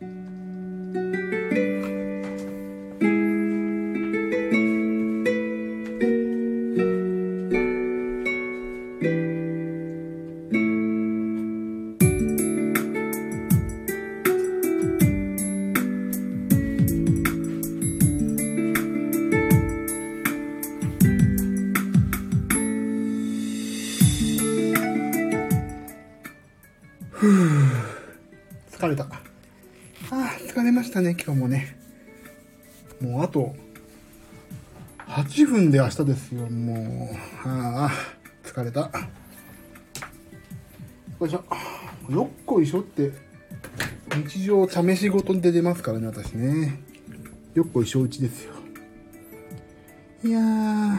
疲れた。疲れましたね、今日もね。もうあと8分で明日ですよ。もう疲れた。よいしょ。よっこいしょって日常茶飯ごとで出ますからね、私ね。よっこいしょうちですよ。いやー、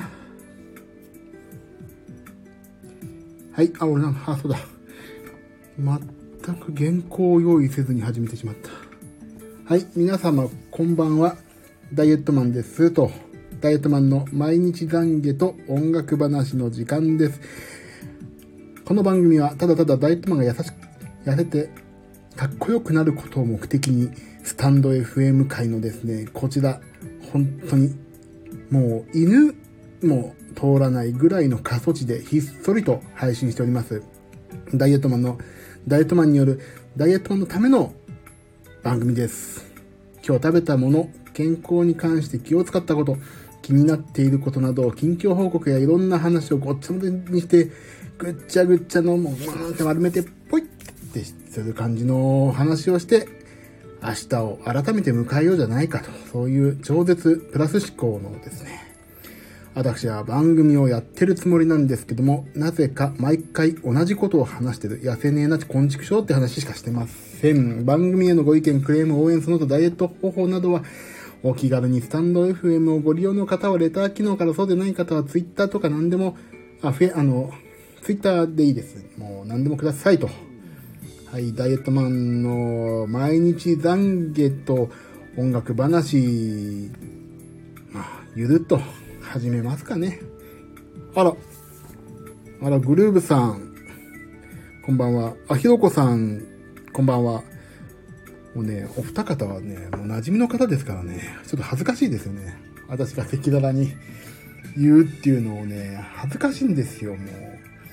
はい、俺そうだ。全く原稿を用意せずに始めてしまった。はい、皆様こんばんは。ダイエットマンですと。ダイエットマンの毎日懺悔と音楽話の時間です。この番組はただただダイエットマンが痩せてかっこよくなることを目的に、スタンド FM 界のですね、こちら本当にもう犬も通らないぐらいの過疎地でひっそりと配信しております。ダイエットマンによるダイエットマンのための番組です。今日食べたもの、健康に関して気を使ったこと、気になっていることなど、近況報告やいろんな話をごっちゃ混ぜにして、ぐっちゃぐっちゃのもうって丸めてポイってする感じの話をして、明日を改めて迎えようじゃないかと、そういう超絶プラス思考のですね、私は番組をやってるつもりなんですけども、なぜか毎回同じことを話してる痩せねえなち昆虫症って話しかしてません。番組へのご意見、クレーム、応援、その他ダイエット方法などはお気軽にスタンド FM をご利用の方はレター機能から、そうでない方はツイッターとか何でも、ツイッターでいいです。もう何でもくださいと。はい、ダイエットマンの毎日懺悔と音楽話、ゆるっと始めますかね。あら、グルーブさん、こんばんは。ひろこさん、こんばんは。もうね、お二方はね、もう馴染みの方ですからね、ちょっと恥ずかしいですよね。私が赤裸々に言うっていうのをね、恥ずかしいんですよ、もう。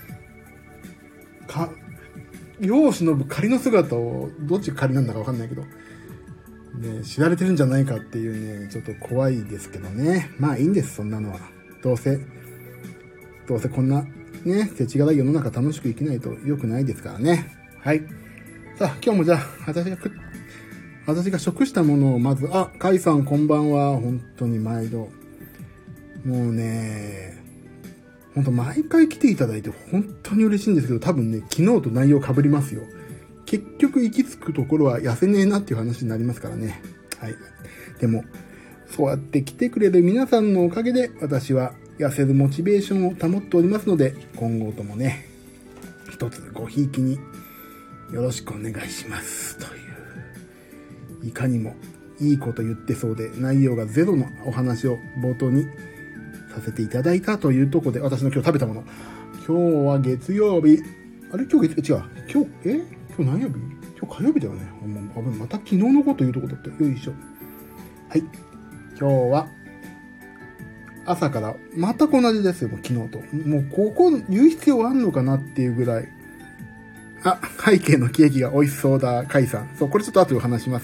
世を忍ぶ仮の姿を、どっちが仮なんだかわかんないけど、ね、知られてるんじゃないかっていうね、ちょっと怖いですけどね。まあいいんです、そんなのは。どうせこんなね、世知辛い世の中楽しく生きないと良くないですからね。はい。さあ、今日もじゃあ、私が食したものをまず、カイさんこんばんは。本当に毎度。もうね、本当毎回来ていただいて本当に嬉しいんですけど、多分ね、昨日と内容被りますよ。結局行き着くところは痩せねえなっていう話になりますからね。はい。でも、そうやって来てくれる皆さんのおかげで、私は痩せるモチベーションを保っておりますので、今後ともね、一つごひいきによろしくお願いしますという、いかにもいいこと言ってそうで内容がゼロのお話を冒頭にさせていただいたというところで、私の今日食べたもの、今日は月曜日、あれ今日月曜日、違う、今日何曜日？今日火曜日だよね。また昨日のこと言うとこだった。よいしょ。はい。今日は朝から全く同じですよ、昨日と。もうここ言う必要あんのかなっていうぐらい。背景のケーキが美味しそうだ、カイさん。そう、これちょっと後でお話します。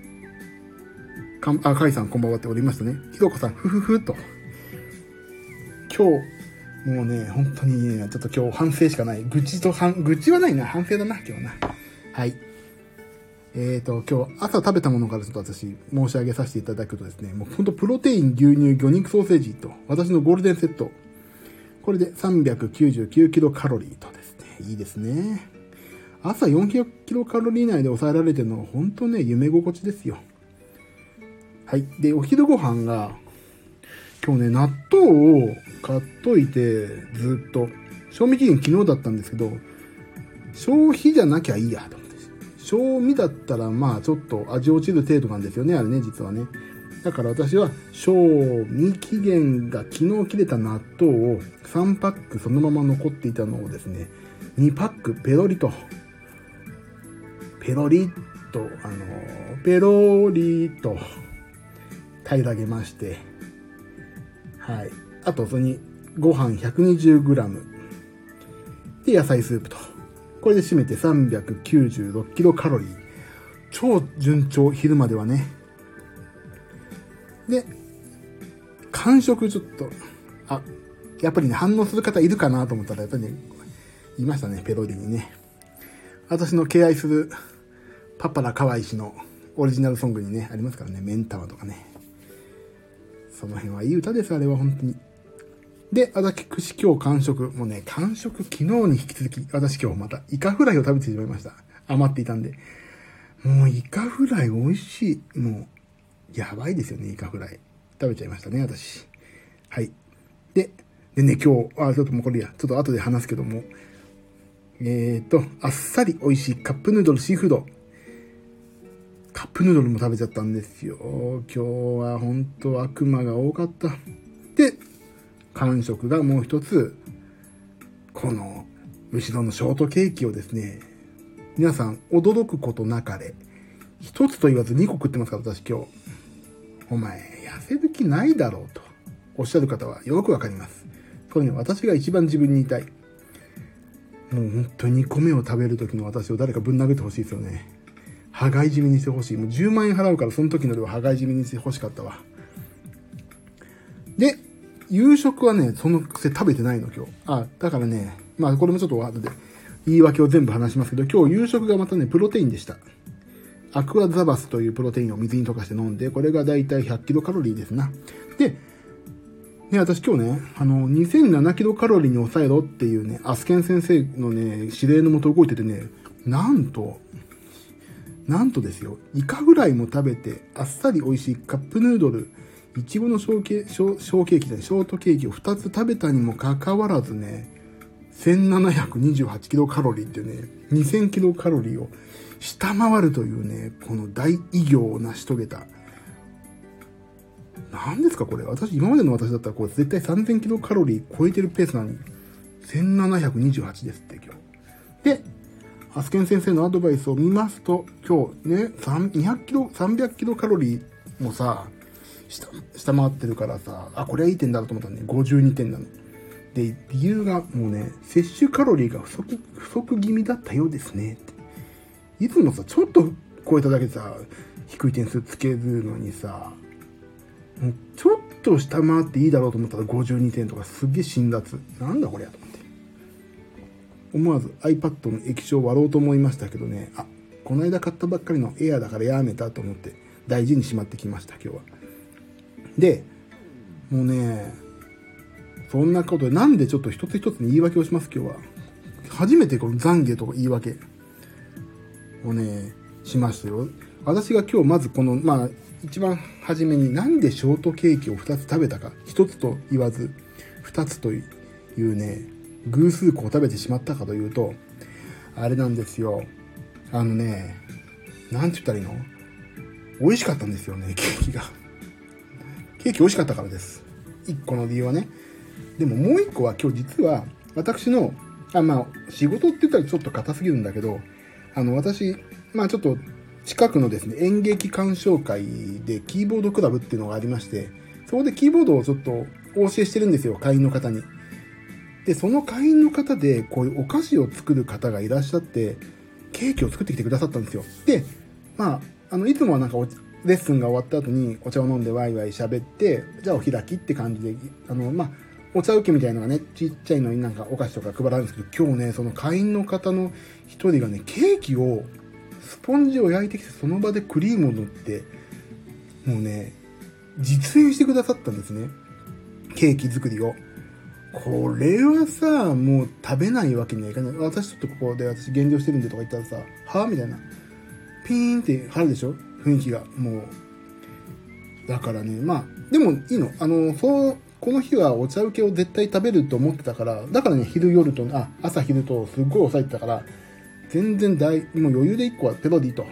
カイさんこんばんはっておりましたね。ひろこさん、ふふふと。今日、もうね、本当にね、ちょっと今日反省しかない。愚痴はないな。反省だな、今日な。はい。今日朝食べたものからちょっと私申し上げさせていただくとですね、もうほんとプロテイン、牛乳、魚肉ソーセージと、私のゴールデンセット。これで399キロカロリーとですね、いいですね。朝400キロカロリー内で抑えられてるのは本当ね、夢心地ですよ。はい。で、お昼ご飯が、今日ね、納豆を買っといて、ずっと、賞味期限昨日だったんですけど、消費じゃなきゃいいやと思って。賞味だったらまあちょっと味落ちる程度なんですよね、あれね、実はね。だから私は賞味期限が昨日切れた納豆を3パックそのまま残っていたのをですね、2パックペロリと、 ペロリと平らげまして、はい。あと、それにご飯 120g で野菜スープと。これで締めて396キロカロリー。超順調、昼まではね。で、間食ちょっと、やっぱりね、反応する方いるかなと思ったら、やっぱりね、いましたね、ペロリにね。私の敬愛するパパラカワイ氏のオリジナルソングにね、ありますからね、メンタマとかね。その辺はいい歌です、あれは本当に。で、私今日完食。もうね、完食昨日に引き続き、私今日またイカフライを食べてしまいました。余っていたんで。もうイカフライ美味しい。もう、やばいですよね、イカフライ。食べちゃいましたね、私。はい。でね、今日、ちょっともうこれや、ちょっと後で話すけども、あっさり美味しいカップヌードルシーフード。カップヌードルも食べちゃったんですよ。今日は本当悪魔が多かった。で、完食がもう一つ、この後ろのショートケーキをですね、皆さん驚くことなかれ、一つと言わず2個食ってますから、私今日。お前、痩せる気ないだろうとおっしゃる方はよくわかります。これね、私が一番自分に言いたい。もう本当に2個目を食べる時の私を誰かぶん殴ってほしいですよね。羽交い締めにしてほしい。もう10万円払うからその時の量羽交い締めにしてほしかったわ。で、夕食はね、そのくせ食べてないの今日。だからね、これもちょっと後で言い訳を全部話しますけど、今日夕食がまたね、プロテインでした。アクアザバスというプロテインを水に溶かして飲んで、これがだいたい100キロカロリーですな。で、ね、私今日ね、2007キロカロリーに抑えろっていうね、アスケン先生のね、指令のもと動いててね、なんとですよ、イカフライも食べて、あっさり美味しいカップヌードル、いちごのショートケーキを2つ食べたにもかかわらずね、1728キロカロリーっていうね、2000キロカロリーを下回るというね、この大偉業を成し遂げた。何ですかこれ。今までの私だったらこれ絶対3000キロカロリー超えてるペースなのに、1728ですって今日。で、アスケン先生のアドバイスを見ますと、今日ね、300キロカロリーもさ、下回ってるからさ、これはいい点だろうと思ったらね、52点なの。で、理由がもうね、摂取カロリーが不足気味だったようですね。いつもさ、ちょっと超えただけでさ、低い点数つけるのにさ、ちょっと下回っていいだろうと思ったら52点とかすっげえ辛辣。なんだこれやと思って。思わず iPad の液晶を割ろうと思いましたけどね、この間買ったばっかりのエアだからやめたと思って大事にしまってきました、今日は。で、もうね、そんなことで、なんでちょっと一つ一つに言い訳をします、今日は。初めてこの懺悔とか言い訳をね、しましたよ。私が今日まずこの、一番初めになんでショートケーキを2つ食べたか、1つと言わず2つというね、偶数個を食べてしまったかというと、あれなんですよ。なんて言ったらいいの？美味しかったんですよね、ケーキが。ケーキ美味しかったからです。1個の理由はね。でももう1個は今日実は私の、仕事って言ったらちょっと硬すぎるんだけど、私、ちょっと近くのですね、演劇鑑賞会でキーボードクラブっていうのがありまして、そこでキーボードをちょっとお教えしてるんですよ、会員の方に。で、その会員の方で、こういうお菓子を作る方がいらっしゃって、ケーキを作ってきてくださったんですよ。で、いつもはレッスンが終わった後にお茶を飲んでワイワイ喋って、じゃあお開きって感じで、お茶受けみたいなのがね、ちっちゃいのにお菓子とか配られるんですけど、今日ね、その会員の方の一人がね、ケーキを、スポンジを焼いてきて、その場でクリームを塗って、もうね、実演してくださったんですね。ケーキ作りを。これはさ、もう食べないわけにはいかない。私ちょっとここで私減量してるんでとか言ったらさ、はぁみたいな。ピーンって張るでしょ雰囲気が。もう。だからね、でもいいの。この日はお茶受けを絶対食べると思ってたから、だからね、朝昼とすっごい抑えてたから、全然もう余裕で1個はペロリと。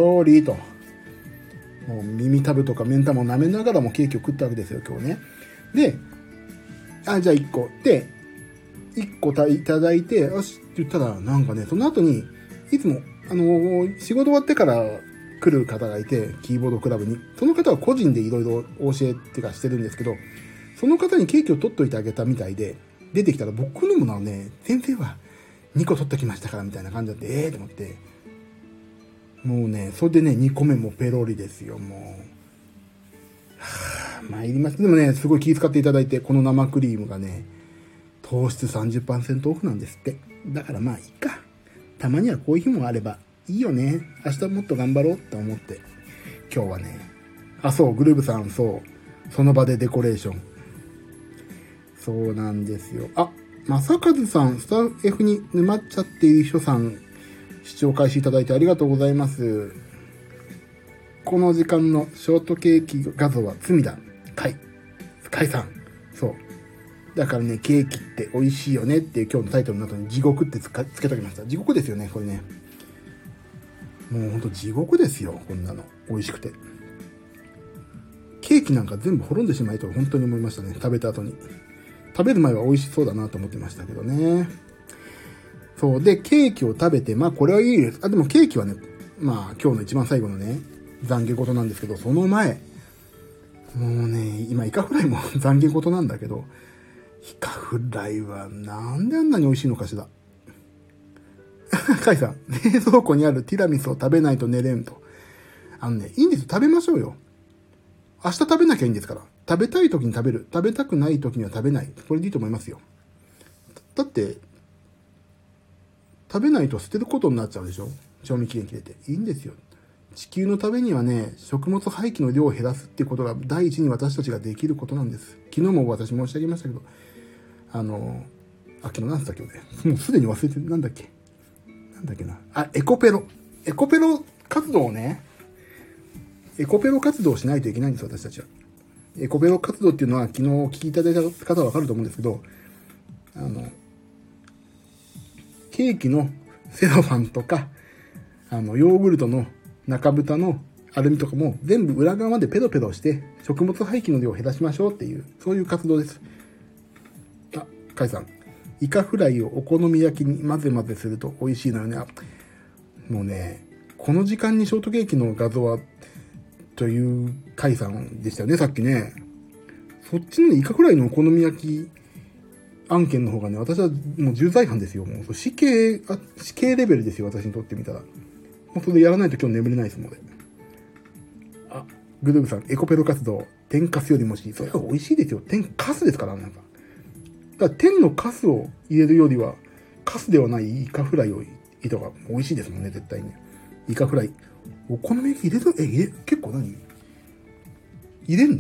もう耳たぶとか目ん玉を舐めながらもケーキを食ったわけですよ、今日ね。で、じゃあ1個。で、1個いただいて、よしって言ったら、その後に、いつも、仕事終わってから来る方がいて、キーボードクラブに。その方は個人でいろいろ教えってかしてるんですけど、その方にケーキを取っといてあげたみたいで、出てきたら僕のものはね、先生は2個取ってきましたからみたいな感じだって、と思って。もうね、それでね、2個目もペロリですよ、もう。参ります。でもね、すごい気遣っていただいて、この生クリームがね、糖質 30% オフなんですって。だからまあいいか。たまにはこういう日もあればいいよね。明日もっと頑張ろうって思って。今日はね、そう、グルーブさん、そう。その場でデコレーション。そうなんですよ。正和さん、スタッフに沼っちゃっている人さん、視聴開始いただいてありがとうございます。この時間のショートケーキ画像は罪だ。カイさん。そう。だからね、ケーキって美味しいよねっていう今日のタイトルの後に地獄ってつけときました。地獄ですよね、これね。もうほんと地獄ですよ、こんなの。美味しくて。ケーキなんか全部滅んでしまいと本当に思いましたね、食べた後に。食べる前は美味しそうだなと思ってましたけどね。そう。で、ケーキを食べて、まあこれはいいです。でもケーキはね、まあ今日の一番最後のね、懺悔事なんですけど、その前、もうね、今イカフライも懺悔事なんだけど、イカフライはなんであんなに美味しいのかしら。カイさん、冷蔵庫にあるティラミスを食べないと寝れんと。いいんですよ。食べましょうよ。明日食べなきゃいいんですから。食べたい時に食べる。食べたくない時には食べない。これでいいと思いますよ。だって、食べないと捨てることになっちゃうでしょ。賞味期限切れて。いいんですよ。地球のためにはね、食物廃棄の量を減らすっていうことが第一に私たちができることなんです。昨日も私申し上げましたけど、昨日何つったっけ俺。もうすでに忘れてる。なんだっけな。エコペロ。エコペロ活動をね、エコペロ活動をしないといけないんです、私たちは。エコペロ活動っていうのは昨日お聞きいただいた方はわかると思うんですけど、ケーキのセロファンとか、ヨーグルトの中蓋のアルミとかも全部裏側までペロペロして食物廃棄の量を減らしましょうっていう、そういう活動です。カイさん。イカフライをお好み焼きに混ぜ混ぜすると美味しいのよね。もうね、この時間にショートケーキの画像は、というカイさんでしたよね、さっきね。そっちのね、イカフライのお好み焼き案件の方がね、私はもう重罪犯ですよ。もう死刑レベルですよ、私にとってみたら。もうそれでやらないと今日眠れないですもんね。グルーブさん、エコペロ活動、天かすよりもし、それは美味しいですよ。天かすですから、なんか。だから天のカスを入れるよりは、カスではないイカフライを入れた方が美味しいですもんね、絶対に。イカフライ。お好み焼き入れる、結構何入れん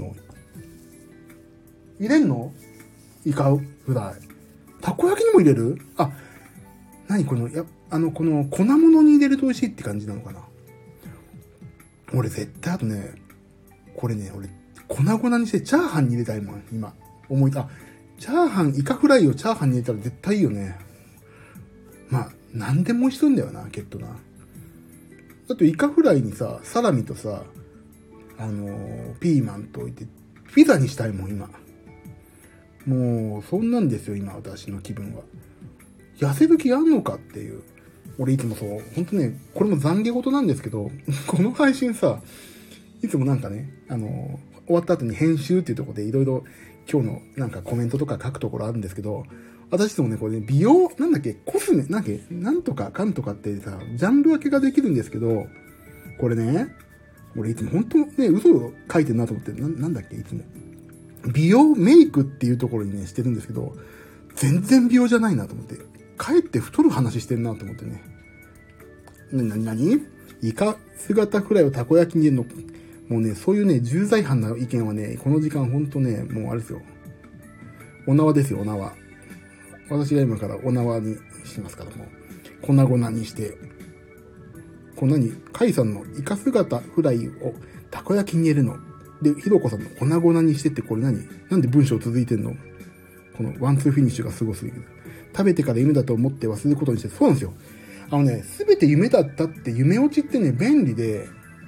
のイカフライ。たこ焼きにも入れる？何この、この粉物に入れると美味しいって感じなのかな。俺絶対これね、俺、粉々にしてチャーハンに入れたいもん、今。チャーハン、イカフライをチャーハンに入れたら絶対いいよね。まあ、なんでも美味しそうんだよな、きっとな。だってイカフライにさ、サラミとさ、ピーマンと置いて、ピザにしたいもん、今。もう、そんなんですよ、今、私の気分は。痩せる気あんのかっていう。俺いつもそう、ほんとね、これも懺悔事なんですけど、この配信さ、いつもなんかね、終わった後に編集っていうところでいろいろ今日のなんかコメントとか書くところあるんですけど、私いつもね、これね、美容、コスメ、なんとかかんとかってさ、ジャンル分けができるんですけど、これね、俺いつも本当ね、嘘を書いてるなと思って、なんだっけ、いつも。美容メイクっていうところにね、してるんですけど、全然美容じゃないなと思って、かえって太る話してるなと思ってね。イカ姿フライをたこ焼きに入れるの、もうね、そういうね、重罪犯な意見はね、この時間ほんとね、もうあれですよ。お縄ですよ、お縄。私が今からお縄にしますから、もう。粉々にして。カイさんのイカ姿フライをたこ焼きに入れるの。で、ひろこさんの粉々にしてってこれなんで文章続いてんの？このワンツーフィニッシュがすごすぎる。食べてから夢だと思って忘れることにして、そうなんですよ。すべて夢だったって夢落ちってね、便利で、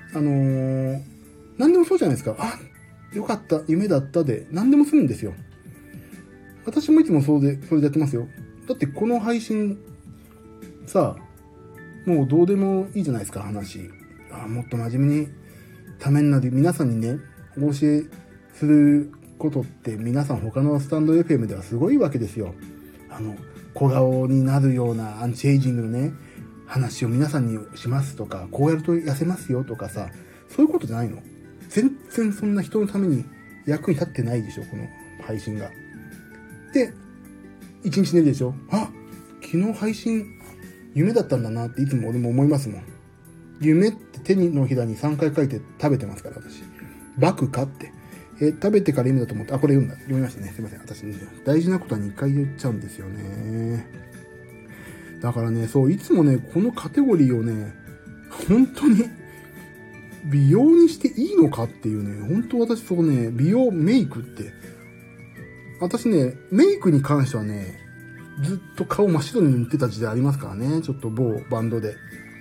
何でもそうじゃないですか。よかった、夢だったで、何でもするんですよ。私もいつもそれでやってますよ。だってこの配信、さ、もうどうでもいいじゃないですか、話。 もっと真面目にためになる皆さんにね、お教えすることって皆さん他のスタンド FM ではすごいわけですよ。小顔になるようなアンチエイジングのね、話を皆さんにしますとか、こうやると痩せますよとかさ、そういうことじゃないの。全然そんな人のために役に立ってないでしょ、この配信が。で、一日寝るでしょ。昨日配信夢だったんだなっていつも俺も思いますもん。夢って手のひらに3回書いて食べてますから、私。バクかって。食べてから夢だと思って、これ読みましたね。すいません。私ね、大事なことは2回言っちゃうんですよね。だからね、そう、いつもね、このカテゴリーをね、本当に、美容にしていいのかっていうね、本当私そうね、美容メイクって、私ね、メイクに関してはね、ずっと顔真っ白に塗ってた時代ありますからね、ちょっと某バンドで。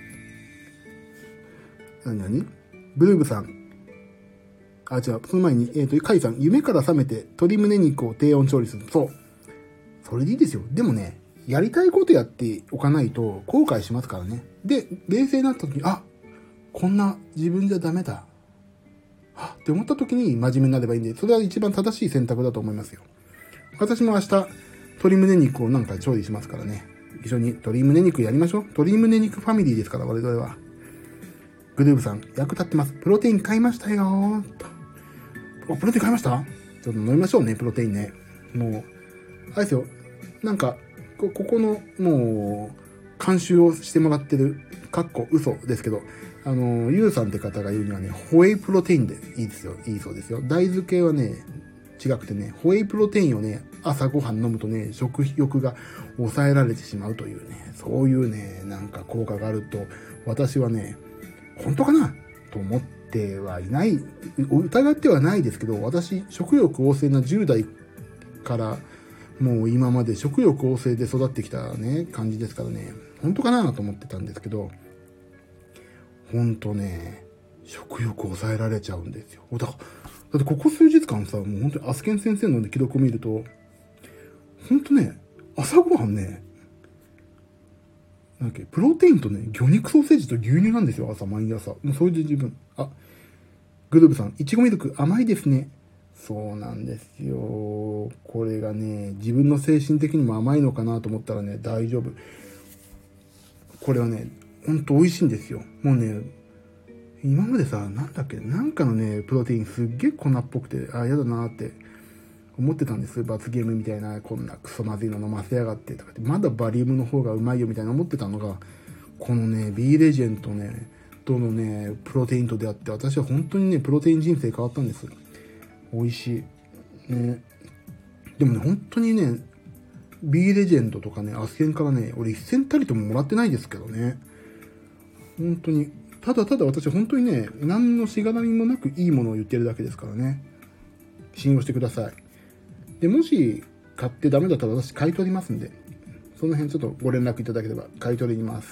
ブルーブさん。違う、その前に、カイさん、夢から覚めて鶏胸肉を低温調理する。そう。それでいいですよ。でもね、やりたいことやっておかないと後悔しますからね。で、冷静になった時に、こんな自分じゃダメだ。って思った時に真面目になればいいんで、それは一番正しい選択だと思いますよ。私も明日、鶏胸肉をなんか調理しますからね。一緒に鶏胸肉やりましょう。鶏胸肉ファミリーですから、我々は。グルーブさん、役立ってます。プロテイン買いましたよーと。プロテイン買いました？ちょっと飲みましょうね、プロテインね。もう、あれですよ。なんか、ここの、もう、監修をしてもらってる、嘘ですけど、ゆうさんって方が言うにはね、ホエイプロテインでいいですよ。いいそうですよ。大豆系はね、違くてね、ホエイプロテインをね、朝ごはん飲むとね、食欲が抑えられてしまうというね、そういうね、なんか効果があると、私はね、本当かなと思ってはいない、疑ってはないですけど、私、食欲旺盛な10代からもう今まで食欲旺盛で育ってきたね、感じですからね、本当かなと思ってたんですけど、本当ね、食欲を抑えられちゃうんですよ。だってここ数日間さ、もう本当にアスケン先生の記録を見ると、本当ね、朝ごはんね、プロテインとね、魚肉ソーセージと牛乳なんですよ、毎朝。もうそれで十分。グルーブさん、いちごミルク甘いですね。そうなんですよ。これがね、自分の精神的にも甘いのかなと思ったらね、大丈夫。これはね、ほんと美味しいんですよ。もうね、今までさ、なんかのね、プロテインすっげえ粉っぽくて、やだなーって思ってたんです。罰ゲームみたいな、こんなクソまずいの飲ませやがってとかって、まだバリウムの方がうまいよみたいな思ってたのが、このね、B レジェントね、とのね、プロテインと出会って、私は本当にね、プロテイン人生変わったんです。美味しい。ね。でもね、本当にね、B レジェンドとかね、アスケンからね、俺一銭たりとももらってないですけどね。本当に。ただただ私本当にね、何のしがらみもなくいいものを言ってるだけですからね。信用してください。で、もし買ってダメだったら私買い取りますんで、その辺ちょっとご連絡いただければ買い取ります。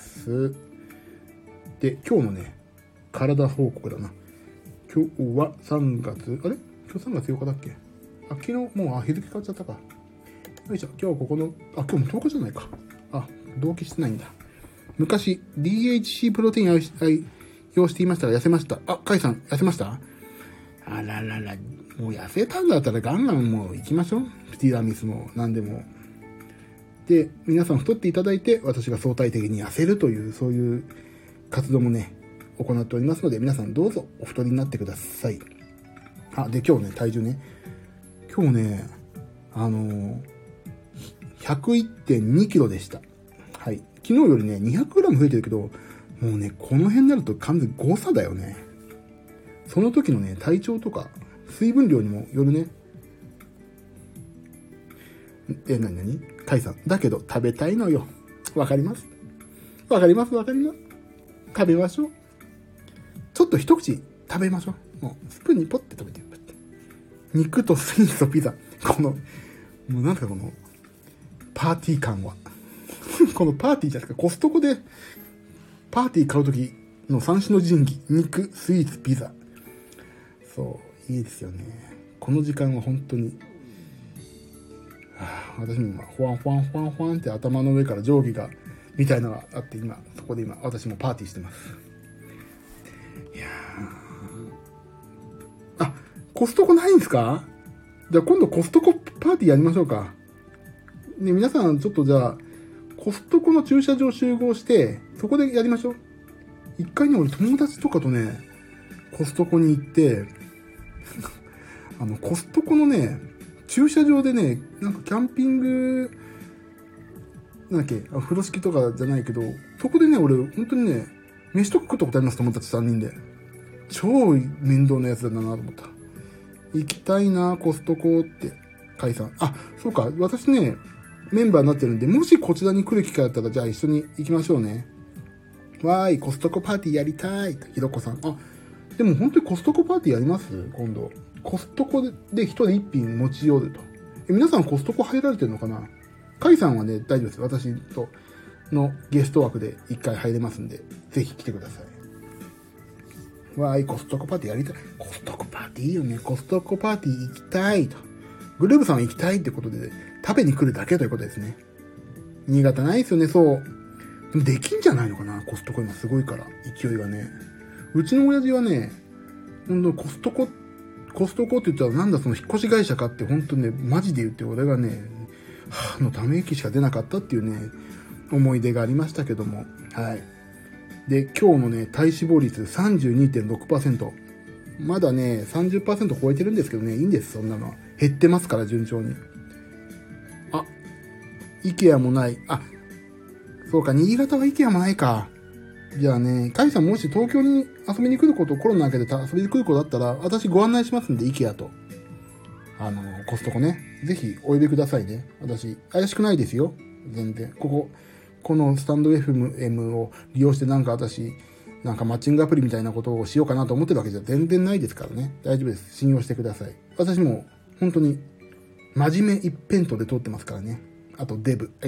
で、今日のね、体報告だな。今日は3月、今日3月8日だっけ？昨日もう日付変わっちゃったか。よいしょ、今日ここの、今日も10日じゃないか。同期してないんだ。昔、DHC プロテイン愛用していましたが痩せました。カイさん、痩せました？あららら、もう痩せたんだったらガンガンもう行きましょう。ティラミスも何でも。で、皆さん太っていただいて、私が相対的に痩せるという、そういう活動もね、行っておりますので、皆さんどうぞお太りになってください。で、今日ね、体重ね。今日ね、101.2 キロでした。はい。昨日よりね、200グラム増えてるけど、もうね、この辺になると完全に誤差だよね。その時のね、体調とか、水分量にもよるね。何カイさん。だけど、食べたいのよ。わかります。食べましょう。ちょっと一口食べましょう。もう、スプーンにポッて食べて。肉とスイーツとピザ。もうなんかこの、パーティー感は。このパーティーじゃないですか。コストコで、パーティー買うときの三種の神器。肉、スイーツ、ピザ。そう、いいですよね。この時間は本当に、私も今、フワンって頭の上から定規が、みたいなのがあって、そこで私もパーティーしてます。 コストコないんですか？じゃあ今度コストコパーティーやりましょうか。ね、皆さんちょっとじゃあ、コストコの駐車場集合して、そこでやりましょう。一回ね、俺友達とかとね、コストコに行って、コストコのね、駐車場でね、なんかキャンピング、なんだっけ、風呂敷とかじゃないけど、そこでね、俺、本当にね、飯とか食ったことあります、友達3人で。超面倒なやつだなと思った。行きたいな、コストコって、カイさん。あ、そうか、私ね、メンバーになってるんで、もしこちらに来る機会あったら、じゃあ一緒に行きましょうね。わーい、コストコパーティーやりたい。ひろこさん。あ、でも本当にコストコパーティーやります？今度。コストコで一人一品持ち寄ると。皆さんコストコ入られてるのかな？カイさんはね、大丈夫です。私とのゲスト枠で一回入れますんで、ぜひ来てください。わーい、コストコパーティーやりたい。コストコパーティーいいよね。コストコパーティー行きたいと。グルーブさんは行きたいってことで、食べに来るだけということですね。新潟ないですよね、そう。でもできんじゃないのかな、コストコ今すごいから、勢いがね。うちの親父はね、ほんとコストコって言ったらなんだその引っ越し会社かってほんとね、マジで言って俺がね、のため息しか出なかったっていうね、思い出がありましたけども。はい。で、今日のね、体脂肪率 32.6%。まだね、30% 超えてるんですけどね、いいんです、そんなのは。減ってますから、順調に。あ、IKEA もない。あ、そうか、新潟は IKEA もないか。じゃあね、カイさんもし東京に遊びに来ること、コロナ明けで遊びに来ることだったら、私ご案内しますんで、IKEA と。コストコね。ぜひお呼びくださいね。私、怪しくないですよ。全然。このスタンド FM を利用してなんか私、なんかマッチングアプリみたいなことをしようかなと思ってるわけじゃ全然ないですからね。大丈夫です。信用してください。私も本当に真面目一辺倒で通ってますからね。あとデブ。はい。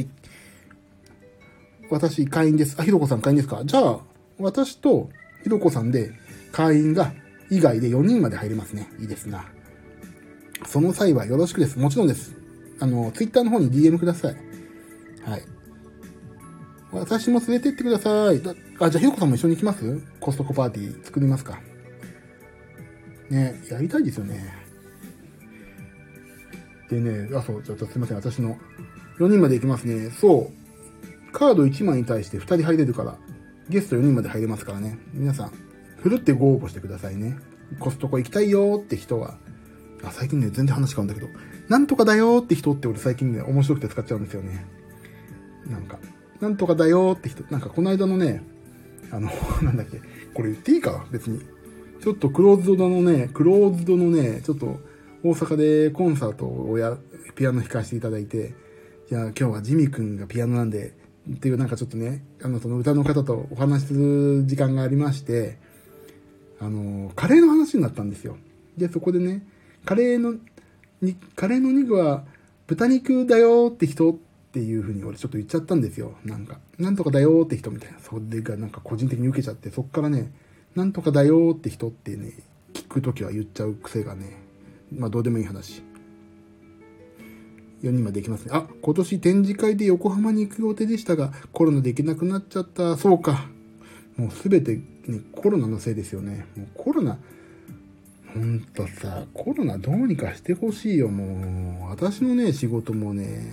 私会員です。あ、ひろこさん会員ですか？じゃあ、私とひろこさんで会員が以外で4人まで入れますね。いいですな。その際はよろしくです。もちろんです。ツイッターの方に DM ください。はい。私も連れてってください。じゃあひろこさんも一緒に行きます？コストコパーティー作りますか？ね、やりたいですよね。でね、そう、ちょっとすいません。私の4人まで行きますね。そう。カード1枚に対して2人入れるから、ゲスト4人まで入れますからね。皆さん、ふるってご応募してくださいね。コストコ行きたいよーって人は、最近ね、全然話変わるんだけど、なんとかだよーって人って俺最近ね、面白くて使っちゃうんですよね。なんとかだよーって人、なんかこの間のね、なんだっけ、これ言っていいか別に。ちょっとクローズドのね、ちょっと大阪でコンサートをピアノ弾かせていただいて、じゃあ今日はジミ君がピアノなんで、っていうなんかちょっとね、その歌の方とお話しする時間がありまして、カレーの話になったんですよ。で、そこでね、カレーの肉は豚肉だよって人っていう風に俺ちょっと言っちゃったんですよ。なんとかだよって人みたいな。それがなんか個人的に受けちゃって、そっからね、なんとかだよって人ってね、聞くときは言っちゃう癖がね、まあどうでもいい話。4人まで行きますね。今年展示会で横浜に行く予定でしたが、コロナで行けなくなっちゃった。そうか。もうすべて、ね、コロナのせいですよね。もうコロナ、ほんとさ、コロナどうにかしてほしいよ、もう。私のね、仕事もね、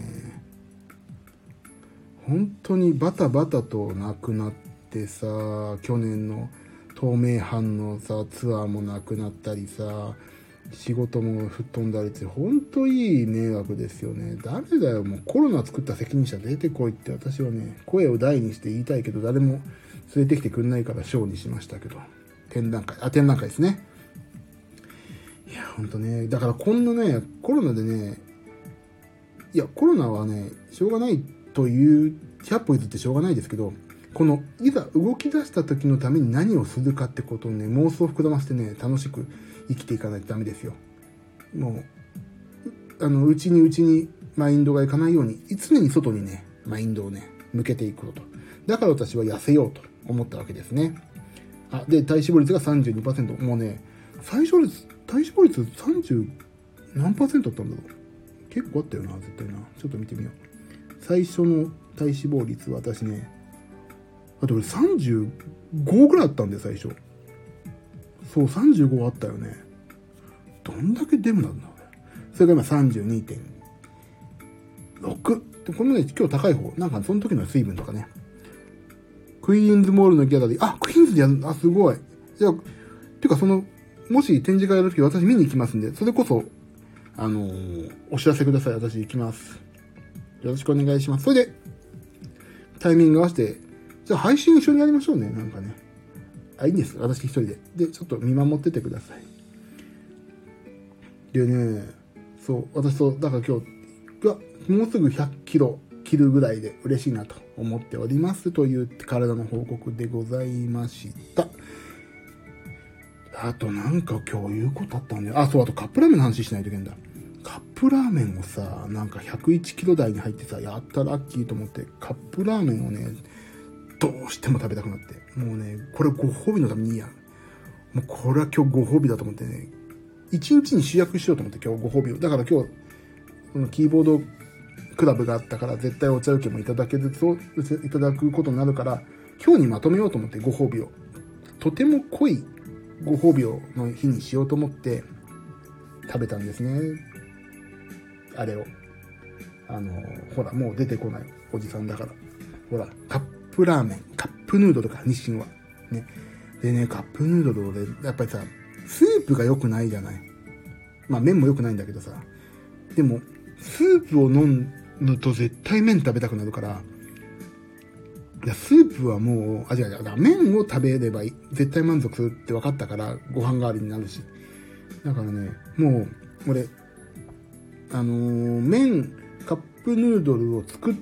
本当にバタバタとなくなってさ、去年の東名阪のさ、ツアーもなくなったりさ、仕事も吹っ飛んだりって、本当いい迷惑ですよね。誰だよ、もうコロナ作った責任者出てこいって私はね、声を大にして言いたいけど、誰も連れてきてくんないからショーにしましたけど。展覧会ですね。いや、ほんとね、だからこんなね、コロナでね、いや、コロナはね、しょうがないという、100歩譲ってしょうがないですけど、この、いざ動き出した時のために何をするかってことをね、妄想を膨らませてね、楽しく生きていかないとダメですよ。もう、内にマインドがいかないように、常に外にね、マインドをね、向けていくこと。だから私は痩せようと思ったわけですね。で、体脂肪率が 32%。もうね、体脂肪率30何%だったんだろう。結構あったよな、絶対な。ちょっと見てみよう。最初の体脂肪率は私ね、俺35ぐらいあったんだよ、最初。そう、35あったよね。 どんだけデブなんだ俺。それが今 32.6。で、このね、今日高い方。なんかその時の水分とかね。クイーンズモールのギャラリー。あ、クイーンズでやる。あ、すごい。じゃあ、てかもし展示会やるとき私見に行きますんで、それこそ、お知らせください。私行きます。よろしくお願いします。それで、タイミング合わせて、じゃあ配信一緒にやりましょうね。なんかね。あ、いいんです。私一人で。で、ちょっと見守っててください。でね、そう、私そう、だから今日が、もうすぐ100キロ切るぐらいで嬉しいなと思っておりますという体の報告でございました。あとなんか今日言うことあったんだよ。あ、そう、あとカップラーメンの話しないといけないんだ。カップラーメンをさ、なんか101キロ台に入ってさ、やったラッキーと思って、カップラーメンをね、どうしても食べたくなって。もうね、これご褒美のためにいいや。もうこれは今日ご褒美だと思ってね、一日に集約しようと思って今日ご褒美を。だから今日、このキーボードクラブがあったから絶対お茶受けもいただけずついただくことになるから、今日にまとめようと思ってご褒美を。とても濃いご褒美をの日にしようと思って食べたんですね。あれを。ほら、もう出てこないおじさんだから。ほら、カップラーメン、カップヌードルか、日清は。ね。でね、カップヌードルをね、やっぱりさ、スープが良くないじゃない。まあ麺も良くないんだけどさ。でも、スープを飲むと絶対麺食べたくなるから、いや、スープはもう、違う、麺を食べれば絶対満足するって分かったから、ご飯代わりになるし。だからね、もう、俺、麺、カップヌードルを作って、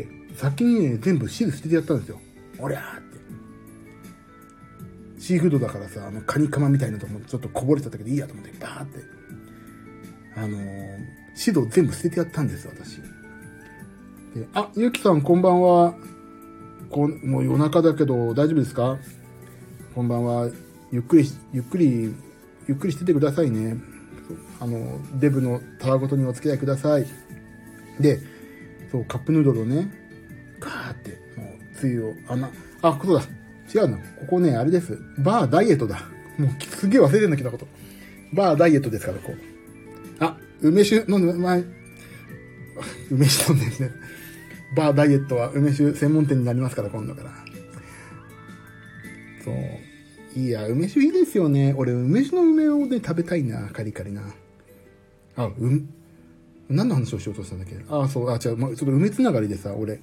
先にね、全部汁捨ててやったんですよ。おりゃーって。シーフードだからさ、カニカマみたいなとこもちょっとこぼれちゃったけどいいやと思って、バーって。汁を全部捨ててやったんですよ、私。で、あ、ゆきさんこんばんは。もう夜中だけど大丈夫ですか？こんばんは。ゆっくりしててくださいね。デブのたわごとにお付き合いください。で、そう、カップヌードルをね、ガーって、もう、つゆを、そうだ。違うな。ここね、あれです。バーダイエットだ。もう、すげえ忘れてんだけどこと。バーダイエットですから、こう。あ、梅酒飲んで、梅酒飲んでですね。バーダイエットは梅酒専門店になりますから、今度から。そう。いや、梅酒いいですよね。俺、梅酒の梅をね、食べたいな、カリカリな。何の話をしようとしたんだっけ？違う、ちょっと梅つながりでさ、俺、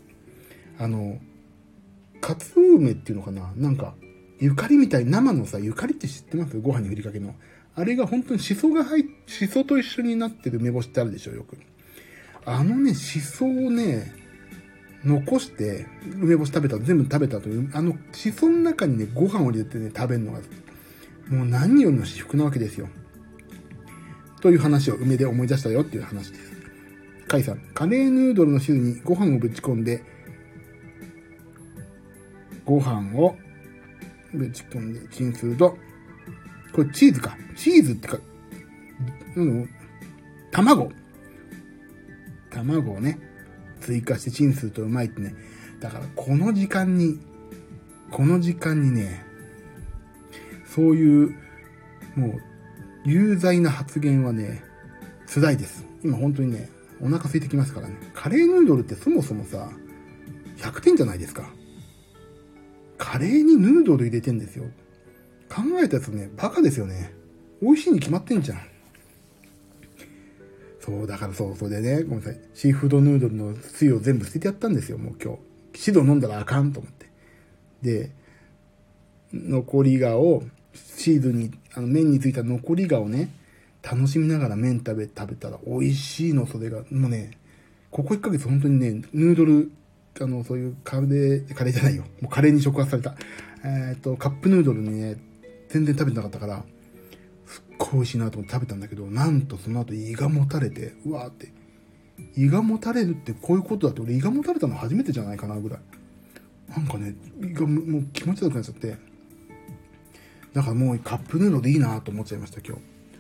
かつお梅っていうのかな？なんか、ゆかりみたい、生のさ、ゆかりって知ってます？ご飯にふりかけの。あれが本当にシソと一緒になってる梅干しってあるでしょ、よく。シソをね、残して、梅干し全部食べた後に、シソの中にね、ご飯を入れてね、食べるのが、もう何よりの至福なわけですよ。という話を梅で思い出したよっていう話です。カイさん、カレーヌードルの汁にご飯をぶち込んで、チンすると、これチーズか。チーズってか、卵をね、追加してチンするとうまいってね。だからこの時間にね、そういう、もう、有罪な発言はね、辛いです。今本当にね、お腹空いてきますからね。カレーヌードルってそもそもさ、100点じゃないですか。カレーにヌードル入れてんですよ。考えたやつね、バカですよね。美味しいに決まってんじゃん。そう、だからそれでね、ごめんなさい。シーフードヌードルのつゆを全部捨ててやったんですよ、もう今日。シド飲んだらあかんと思って。で、残りがを、チーズに、麺についた残りがをね、楽しみながら麺食べたら美味しいの、それが。もうね、ここ1ヶ月本当にね、ヌードル、そういうカレーじゃないよ。もうカレーに触発された。カップヌードルにね、全然食べてなかったから、すっごい美味しいなと思って食べたんだけど、なんとその後胃がもたれて、うわーって。胃がもたれるってこういうことだって、俺胃がもたれたの初めてじゃないかなぐらい。なんかね、胃がもう気持ち悪くなっちゃって。だからもうカップヌードルでいいなと思っちゃいました、今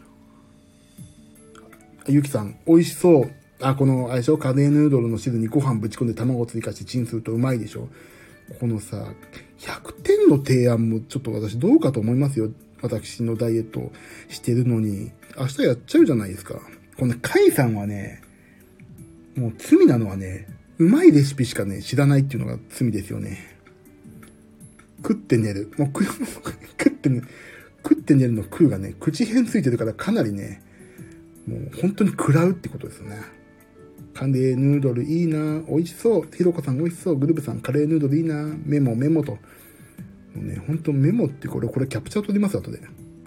日。ゆきさん、美味しそう。この、あれでしょ、カレーヌードルの汁にご飯ぶち込んで卵を追加してチンするとうまいでしょ。このさ、100点の提案もちょっと私どうかと思いますよ。 私のダイエットをしてるのに、明日やっちゃうじゃないですか。このカイさんはね、もう罪なのはね、うまいレシピしかね、知らないっていうのが罪ですよね。食って寝る。もう食って寝るの食うがね、口辺ついてるからかなりね、もう本当に食らうってことですよね。カレーヌードルいいな、美味しそう。ひろこさん美味しそう。グルーブさんカレーヌードルいいな、メモと。もうね、本当メモってこれキャプチャー取ります、後で。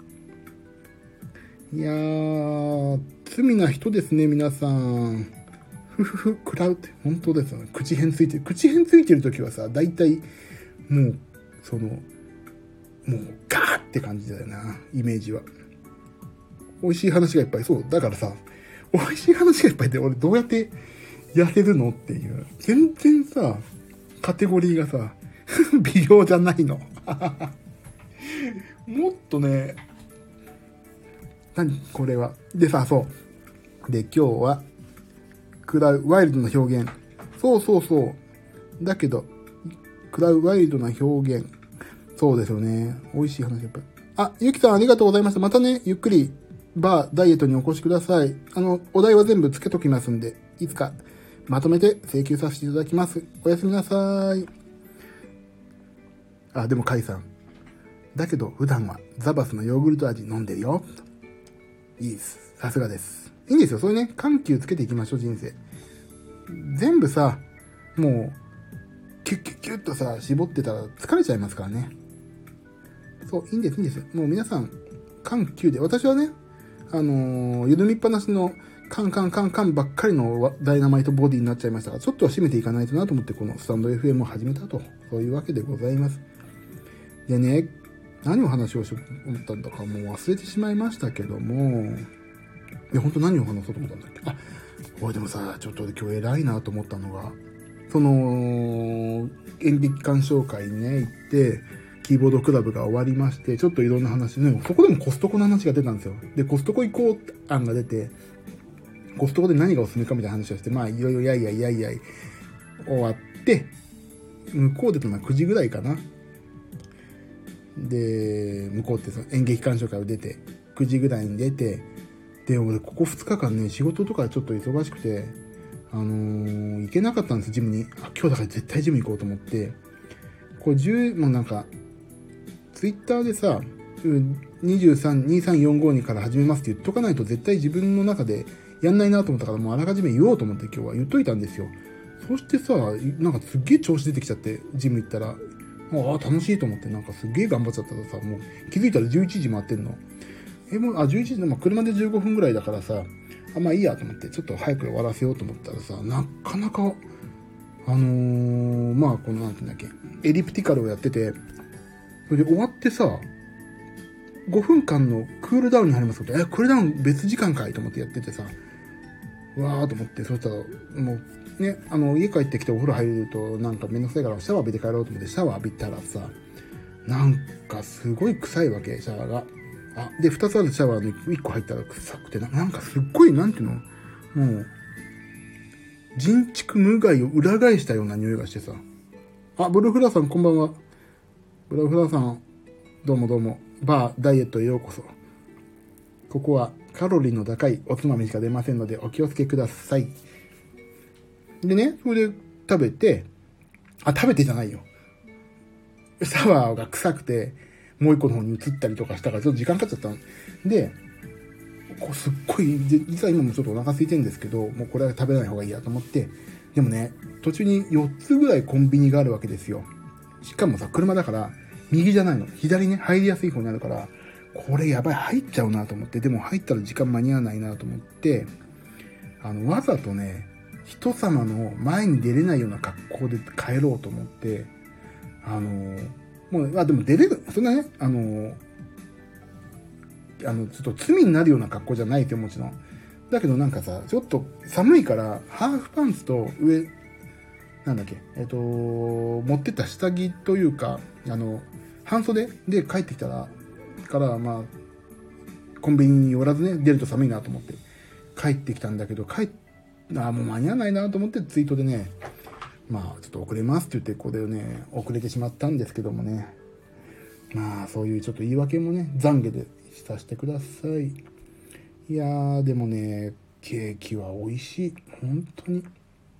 いやー、罪な人ですね、皆さん。食らうって、本当ですよね。口辺ついてるときはさ、だいたい、もう、もう、ガーって感じだよな、イメージは。美味しい話がいっぱい、そう、だからさ、美味しい話がいっぱいで、俺どうやって痩せるのっていう。全然さ、カテゴリーがさ、美容じゃないの。もっとね、何これは。でさ、そう。で、今日は、食らうワイルドな表現。そう。だけど、食らうワイルドな表現。そうですよね。美味しい話やっぱり。あ、ゆきさんありがとうございました。またね、ゆっくり、ダイエットにお越しください。お題は全部つけときますんで、いつかまとめて請求させていただきます。おやすみなさい。あ、でもカイさん。だけど普段はザバスのヨーグルト味飲んでるよ。いいです。さすがです。いいんですよ。そういうね、緩急つけていきましょう、人生。全部さ、もう、キュッとさ、絞ってたら疲れちゃいますからね。そう、いいんです。もう皆さん、緩急で、私はね、緩みっぱなしのカンばっかりのダイナマイトボディになっちゃいましたが、ちょっとは締めていかないとなと思って、このスタンド FM を始めたと、そういうわけでございます。でね、何を話をしようと思ったんだかもう忘れてしまいましたけども、本当何を話そうと思ったんだっけ。俺でもさ、ちょっと今日偉いなと思ったのが、演劇鑑賞会にね、行って、キーボードクラブが終わりまして、ちょっといろんな話ね、そこでもコストコの話が出たんですよ。で、コストコ行こう案が出て、コストコで何がおすすめかみたいな話をして、まあ、いろいろやい終わって、向こうでと9時ぐらいかな。で、向こうってその演劇鑑賞会を出て、9時ぐらいに出て、で、俺ここ2日間ね、仕事とかちょっと忙しくて、行けなかったんです、ジムに。今日だから絶対ジム行こうと思って、これもうなんか、ツイッターでさ、2345から始めますって言っとかないと絶対自分の中でやんないなと思ったから、もうあらかじめ言おうと思って今日は言っといたんですよ。そしてさ、なんかすっげえ調子出てきちゃって、ジム行ったら、楽しいと思って、なんかすっげえ頑張っちゃったらさ、もう気づいたら11時回ってんの。11時でも車で15分ぐらいだからさ、まあいいやと思って、ちょっと早く終わらせようと思ったらさ、なかなか、まあこのなんていうんだっけ、エリプティカルをやってて、それで終わってさ、5分間のクールダウンに入りますこと、クールダウン別時間かいと思ってやっててさ、うわーと思って、そしたら、もうね、家帰ってきてお風呂入るとなんかめんどくさいからシャワー浴びて帰ろうと思ってシャワー浴びたらさ、なんかすごい臭いわけ、シャワーが。で、2つあるシャワーの1個入ったら臭くて、なんかすっごい、なんていうの、もう、人畜無害を裏返したような匂いがしてさ。ブルーフラーさんこんばんは。ブルーフラーさん、どうも。ダイエットへようこそ。ここはカロリーの高いおつまみしか出ませんのでお気をつけください。でね、それで食べてじゃないよ。シャワーが臭くて、もう一個の方に移ったりとかしたからちょっと時間かかっちゃったの。で、すっごい、実は今もちょっとお腹空いてるんですけど、もうこれは食べない方がいいやと思って、でもね、途中に4つぐらいコンビニがあるわけですよ。しかもさ、車だから、右じゃないの。左ね、入りやすい方にあるから、これやばい、入っちゃうなと思って、でも入ったら時間間に合わないなと思って、わざとね、人様の前に出れないような格好で帰ろうと思って、もう、でも出れる、そんなね、ちょっと罪になるような格好じゃないってもちろん。だけどなんかさ、ちょっと寒いから、ハーフパンツと上、なんだっけ、持ってった下着というか、半袖で帰ってきたから、まあ、コンビニに寄らずね、出ると寒いなと思って、帰ってきたんだけど、もう間に合わないなと思ってツイートでね、まあ、ちょっと遅れますって言って、これをね、遅れてしまったんですけどもね。 まあそういうちょっと言い訳もね、懺悔でさせてください。いやーでもね、ケーキは美味しい、本当に。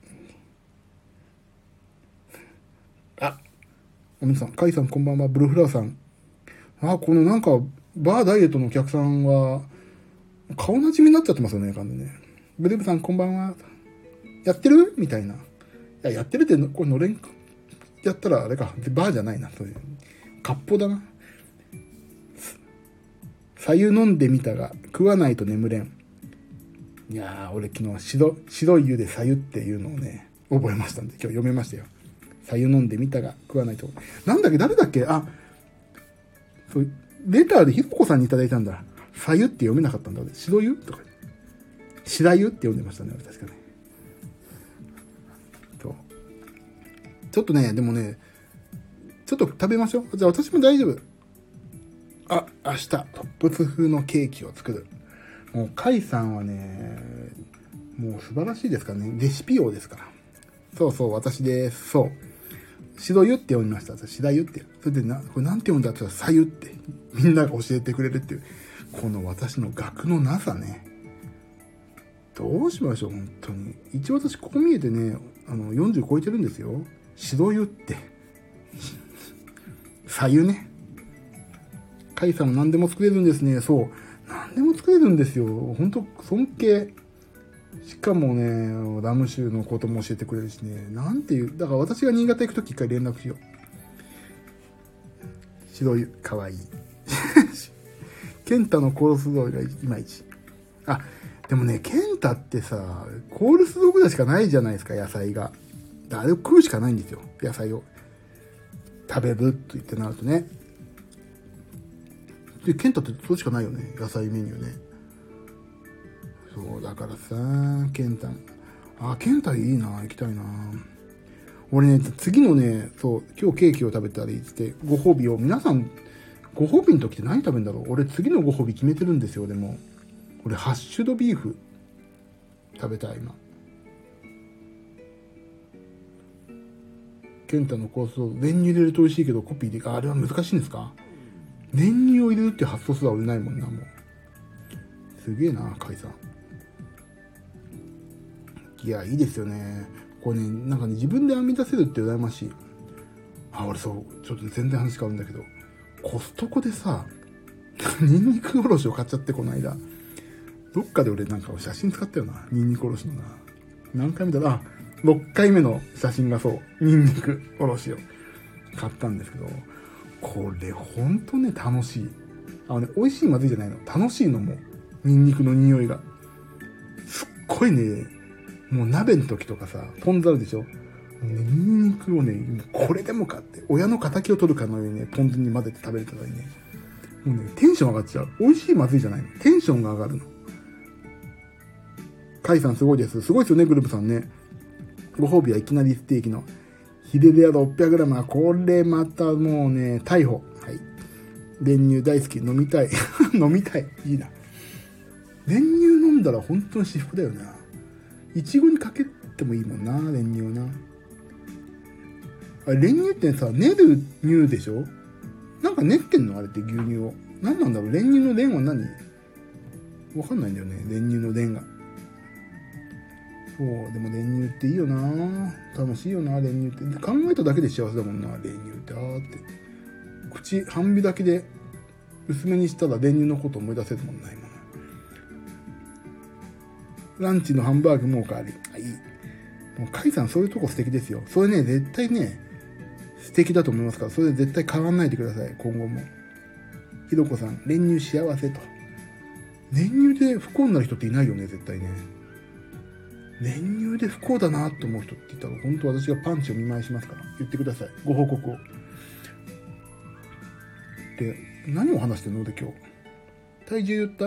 あ、おみさん、カイさんこんばんは。ブルーフラワーさん、このなんかバーダイエットのお客さんは顔なじみになっちゃってますよね、感じね。ブルーブさんこんばんは。やってるみたいな。いや、やってるって、これのれんやったらあれか、バーじゃないな、そういう。割烹だな。左右飲んでみたが、食わないと眠れん。いやー、俺昨日白い湯で左右っていうのをね、覚えましたんで、今日読めましたよ。左右飲んでみたが、食わないと。なんだっけ、誰だっけ、そう、レターでひろこさんにいただいたんだ。左右って読めなかったんだ、俺。白湯とか。白湯って読んでましたね、俺確かね。そう。ちょっとね、でもね、ちょっと食べましょう。じゃあ私も大丈夫。明日、トップス風のケーキを作る。もう、カイさんはね、もう素晴らしいですからね。レシピ王ですから。そうそう、私です。そう。白湯って読みました。白湯って。それでこれなんて読んだって言ったら、左湯って。みんなが教えてくれるっていう。この私の学のなさね。どうしましょう、本当に。一応私、ここ見えてね、40超えてるんですよ。白湯って。左湯ね。カイさんも何でも作れるんですね。そう。何でも作れるんですよ。本当尊敬。しかもね、ラム酒のことも教えてくれるしね。なんていう。だから私が新潟行くとき一回連絡しよう。白湯、かわいい。ケンタのコールスローがいまいち。でもね、ケンタってさ、コールスローぐらいしかないじゃないですか、野菜が。あれを食うしかないんですよ、野菜を。食べると言ってなるとね。で、ケンタってそれしかないよね、野菜メニューね。そう、だからさ、ケンタ。ケンタいいな、行きたいな。俺ね、次のね、そう、今日ケーキを食べたりって、ご褒美を、皆さん、ご褒美の時って何食べるんだろう。俺次のご褒美決めてるんですよ、でも。俺ハッシュドビーフ食べたい今。ケンタのコースを練乳入れると美味しいけどコピーであれは難しいんですか。練乳を入れるって発想すら俺ないもんな。もうすげえなカイさん。いやいいですよねこれね。なんかね、自分で編み出せるって羨ましい。俺そうちょっと全然話変わるんだけど、コストコでさニンニクおろしを買っちゃって、この間どっかで俺なんか写真使ったよな、ニンニクおろしのな。何回見たら6回目の写真がそうニンニクおろしを買ったんですけど、これほんとね楽しい。美味しいまずいじゃないの、楽しいのもニンニクの匂いがすっごいね。もう鍋の時とかさ、ポン酢あるでしょ。もうね、ニンニクをね、これでもかって、親の仇を取るかのようにね、ポン酢に混ぜて食べるとかね、もうね、テンション上がっちゃう。美味しいまずいじゃないの。テンションが上がるの。カイさんすごいです。すごいですよね、グループさんね。ご褒美はいきなりステーキのヒレレア 600g。これまたもうね、逮捕。はい。練乳大好き。飲みたい。飲みたい。いいな。練乳飲んだら本当に至福だよな。いちごにかけてもいいもんな、練乳な。練乳ってさ、練る乳でしょ。なんか練ってんのあれって牛乳を。何なんだろう。練乳の練は何？わかんないんだよね、練乳の練が。そう、でも練乳っていいよな。楽しいよな、練乳って。考えただけで幸せだもんな、練乳って。って。口半開きで薄めにしたら練乳のこと思い出せるもんな、今。ランチのハンバーグもおかわり。いい。もうカイさんそういうとこ素敵ですよ。それね、絶対ね、素敵だと思いますから、それ絶対変わんないでください、今後も。ひろこさん、練乳幸せと。練乳で不幸になる人っていないよね、絶対ね。練乳で不幸だなと思う人って言ったら、本当私がパンチを見舞いしますから、言ってください。ご報告を。で、何を話してんので今日。体重言った？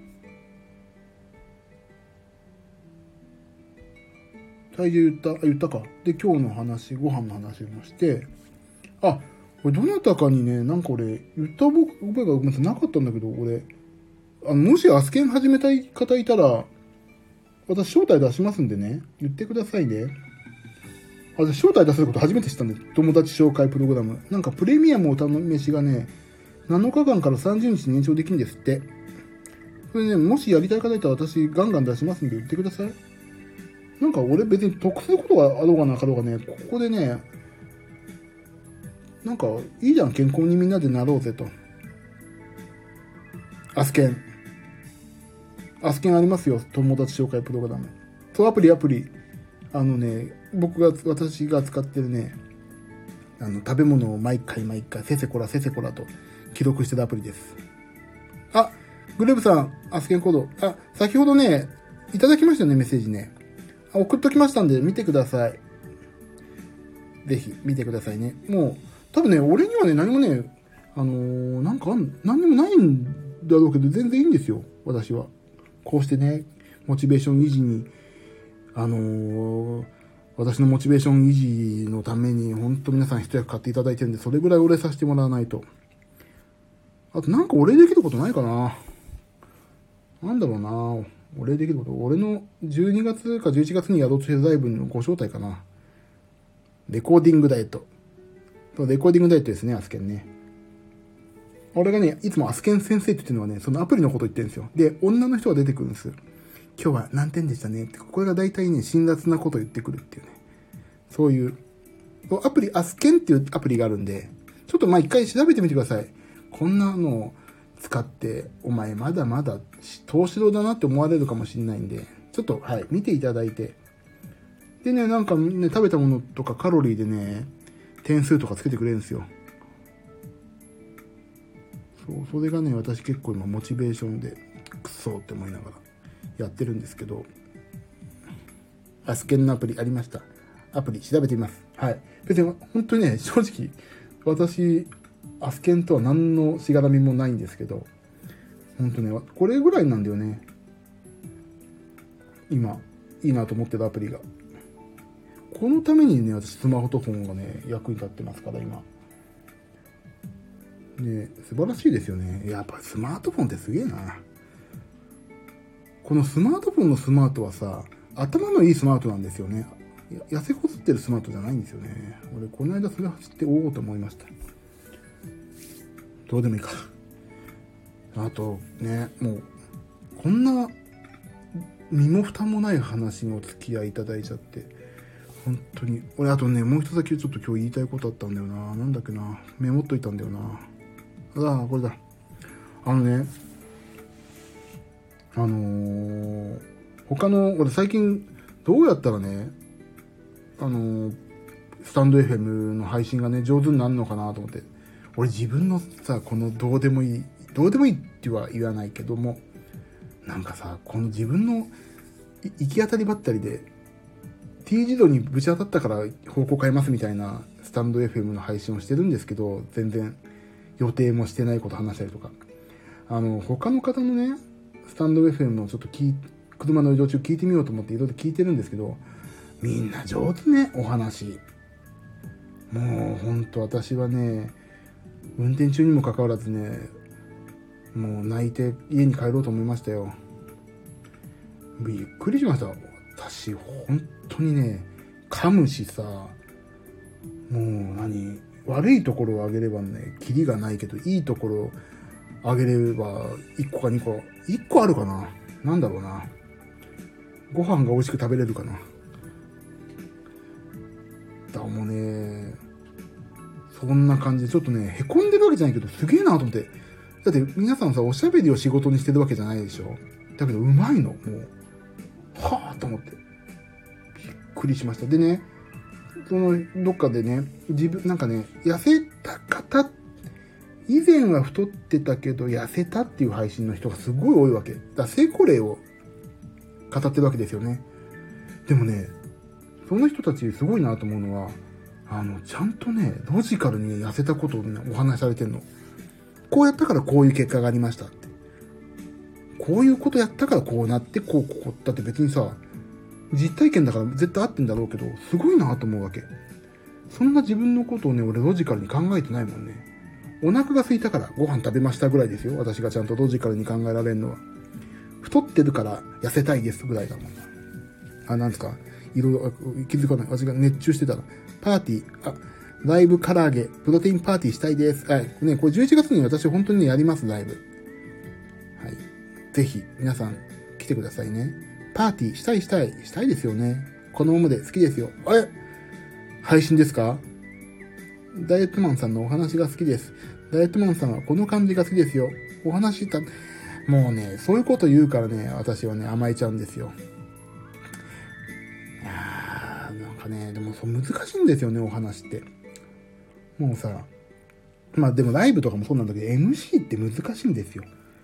体重言ったか。で、今日の話、ご飯の話もして、これどなたかにね、なんか俺、言った覚えがごめんなさい、なかったんだけど、俺、もしアスケン始めたい方いたら、私招待出しますんでね、言ってくださいね。 私招待出せること初めて知ったんで、友達紹介プログラム。なんかプレミアムお試しがね、7日間から30日に延長できるんですって。それね、もしやりたい方いたら私ガンガン出しますんで言ってください。なんか俺別に得することがあろうがなかろうがね、ここでね、なんかいいじゃん、健康にみんなでなろうぜと。アスケンありますよ、友達紹介プログラム。そう、アプリ。私が使ってるね、食べ物を毎回、せせこらと記録してるアプリです。あ、グレーブさん、アスケンコード。あ、先ほどね、いただきましたよね、メッセージね。送っときましたんで、見てください。ぜひ、見てくださいね。もう、多分ね、俺にはね、何もね、何にもないんだろうけど、全然いいんですよ、私は。こうしてね、モチベーション維持に、私のモチベーション維持のために、本当皆さん一役買っていただいてるんで、それぐらいお礼させてもらわないと。あとなんかお礼できることないかな。なんだろうな。お礼できること。俺の12月か11月にやろうとしてるライブのご招待かな。レコーディングダイエット。レコーディングダイエットですね、アスケンね。俺がね、いつもアスケン先生って言ってるのはね、そのアプリのこと言ってるんですよ。で、女の人が出てくるんです。今日は何点でしたねって、これが大体ね、辛辣なこと言ってくるっていうね。そういう、アプリ、アスケンっていうアプリがあるんで、ちょっと一回調べてみてください。こんなのを使って、お前まだまだ投資道だなって思われるかもしれないんで、ちょっと、見ていただいて。でね、なんかね、食べたものとかカロリーでね、点数とかつけてくれるんですよ。そう、それがね、私結構今モチベーションで、くそーって思いながらやってるんですけど、アスケンのアプリありました。アプリ調べてみます。はい。別に、本当にね、正直、私、アスケンとは何のしがらみもないんですけど、本当ね、これぐらいなんだよね。今、いいなと思ってるアプリが。このためにね、私スマートフォンがね、役に立ってますから、今。ね、素晴らしいですよね。やっぱスマートフォンってすげえな。このスマートフォンのスマートはさ、頭のいいスマートなんですよね。痩せこすってるスマートじゃないんですよね。俺、この間それ走っておおと思いました。どうでもいいか。あと、ね、もう、こんな、身も蓋もない話にお付き合いいただいちゃって、本当に。俺、あとね、もう一つだけちょっと今日言いたいことあったんだよな。なんだっけな。メモっといたんだよな。ああ、これだ。他の、俺最近、どうやったらね、スタンド FM の配信がね、上手になるのかなと思って。俺自分のさ、このどうでもいいっては言わないけども、なんかさ、この自分の行き当たりばったりで、T 字路にぶち当たったから方向変えますみたいなスタンド FM の配信をしてるんですけど、全然予定もしてないこと話したりとか。他の方のね、スタンド FM のちょっと車の移動中聞いてみようと思っていろいろ聞いてるんですけど、みんな上手ね、お話。もうほんと私はね、運転中にもかかわらずね、もう泣いて家に帰ろうと思いましたよ。びっくりしました。私本当にね、噛むしさ、もう悪いところをあげればね、キリがないけど、いいところをあげれば1個か2個、1個あるかな。なんだろうな。ご飯が美味しく食べれるかな。だもね、そんな感じでちょっとね、凹んでるわけじゃないけど、すげえなと思って。だって皆さんさ、おしゃべりを仕事にしてるわけじゃないでしょ。だけどうまいの、もう。はぁと思って。びっくりしました。でね、どっかでね、なんかね、痩せた方、以前は太ってたけど痩せたっていう配信の人がすごい多いわけ。だから成功例を語ってるわけですよね。でもね、その人たちすごいなと思うのは、ちゃんとね、ロジカルに痩せたことをね、お話しされてるの。こうやったからこういう結果がありましたって。こういうことやったからこうなって、こうだって別にさ、実体験だから絶対合ってんだろうけど、すごいなと思うわけ。そんな自分のことをね、俺ロジカルに考えてないもんね。お腹が空いたからご飯食べましたぐらいですよ。私がちゃんとロジカルに考えられるのは。太ってるから痩せたいですぐらいだもんな。なんですか。 いろいろ気づかない。私が熱中してたら。パーティー、ライブ唐揚げ、プロテインパーティーしたいです。はい。ね、これ11月に私本当にね、やります、ライブ。はい。ぜひ、皆さん、来てくださいね。パーティー、したいですよね。このままで好きですよ。あれ配信ですか？ダイエットマンさんのお話が好きです。ダイエットマンさんはこの感じが好きですよ。お話した、もうね、そういうこと言うからね、私はね、甘えちゃうんですよ。なんかね、でも難しいんですよね、お話って。もうさ、まあでもライブとかもそうなんだけど、MC って難しいんですよ。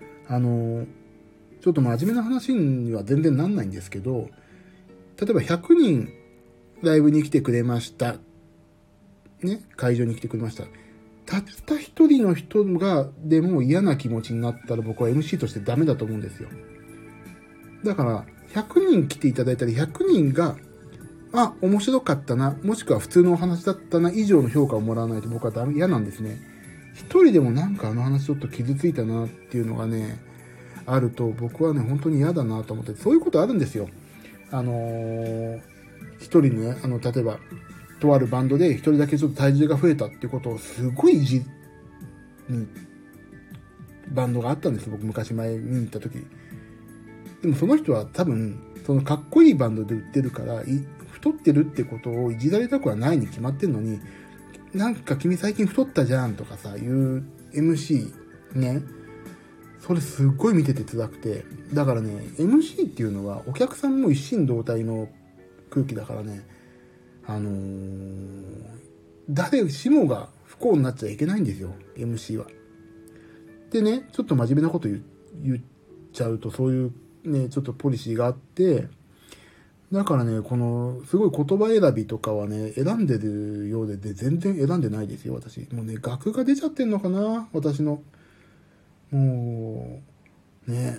ちょっと真面目な話には全然なんないんですけど、例えば100人ライブに来てくれました。ね、会場に来てくれました。たった一人の人がでも嫌な気持ちになったら僕は MC としてダメだと思うんですよ。だから100人来ていただいたり100人が面白かったな、もしくは普通のお話だったな以上の評価をもらわないと僕は嫌なんですね。一人でもなんかあの話ちょっと傷ついたなっていうのがねあると僕はね本当に嫌だなと思って、そういうことあるんですよ。一人ね例えばとあるバンドで一人だけちょっと体重が増えたっていうことをすごいバンドがあったんです。僕昔前に行った時。でもその人は多分そのかっこいいバンドで売ってるから太ってるってことをいじられたくはないに決まってるのに、なんか君最近太ったじゃんとかさいう MC ね、それすっごい見てて辛くて。だからね MC っていうのはお客さんも一心同体の空気だからね、誰しもが不幸になっちゃいけないんですよ MC は。でね、ちょっと真面目なこと言っちゃうとそういうねちょっとポリシーがあって、だからねこのすごい言葉選びとかはね選んでるようで全然選んでないですよ私。もうね額が出ちゃってんのかな私の。もうね、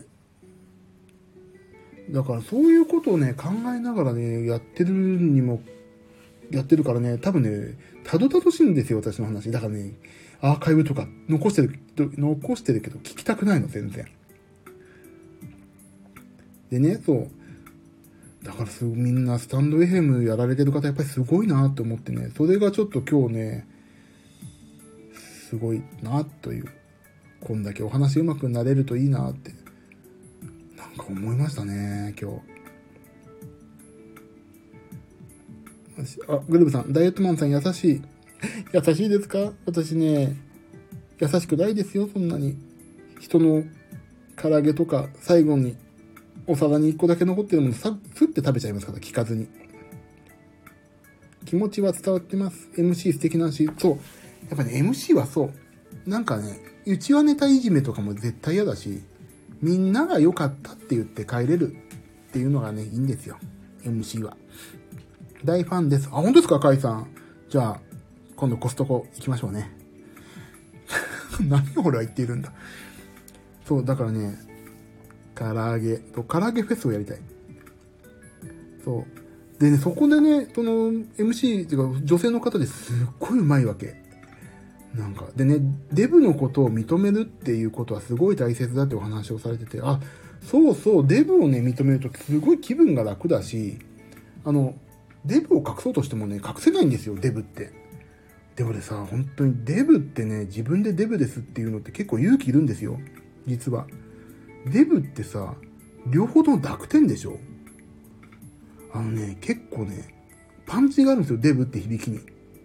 だからそういうことをね考えながらねやってるからね、多分ねたどたどしいんですよ私の話。だからねアーカイブとか残してるけど聞きたくないの全然。でね、そうだからみんなスタンド FM やられてる方やっぱりすごいなと思ってね、それがちょっと今日ねすごいなという、こんだけお話うまくなれるといいなってなんか思いましたね今日。グルーブさん、ダイエットマンさん優しい優しいですか？私ね優しくないですよそんなに。人の唐揚げとか最後にお皿に1個だけ残ってるものスって食べちゃいますから、聞かずに。気持ちは伝わってます。 MC 素敵なし。そうやっぱね MC はそうなんかねうちはネタいじめとかも絶対嫌だし、みんなが良かったって言って帰れるっていうのがねいいんですよ MC は。大ファンです。本当ですかカイさん。じゃあ今度コストコ行きましょうね何を俺は言っているんだ。そうだからね唐揚げフェスをやりたい。そうでね、そこでねその MC っていうか女性の方ですっごいうまいわけ。なんかでねデブのことを認めるっていうことはすごい大切だってお話をされてて、そうデブをね認めるとすごい気分が楽だし、デブを隠そうとしてもね隠せないんですよデブって。でもねさ本当にデブってね自分でデブですっていうのって結構勇気いるんですよ実は。デブってさ両方とも濁点でしょ。結構ねパンチがあるんですよデブって響きに。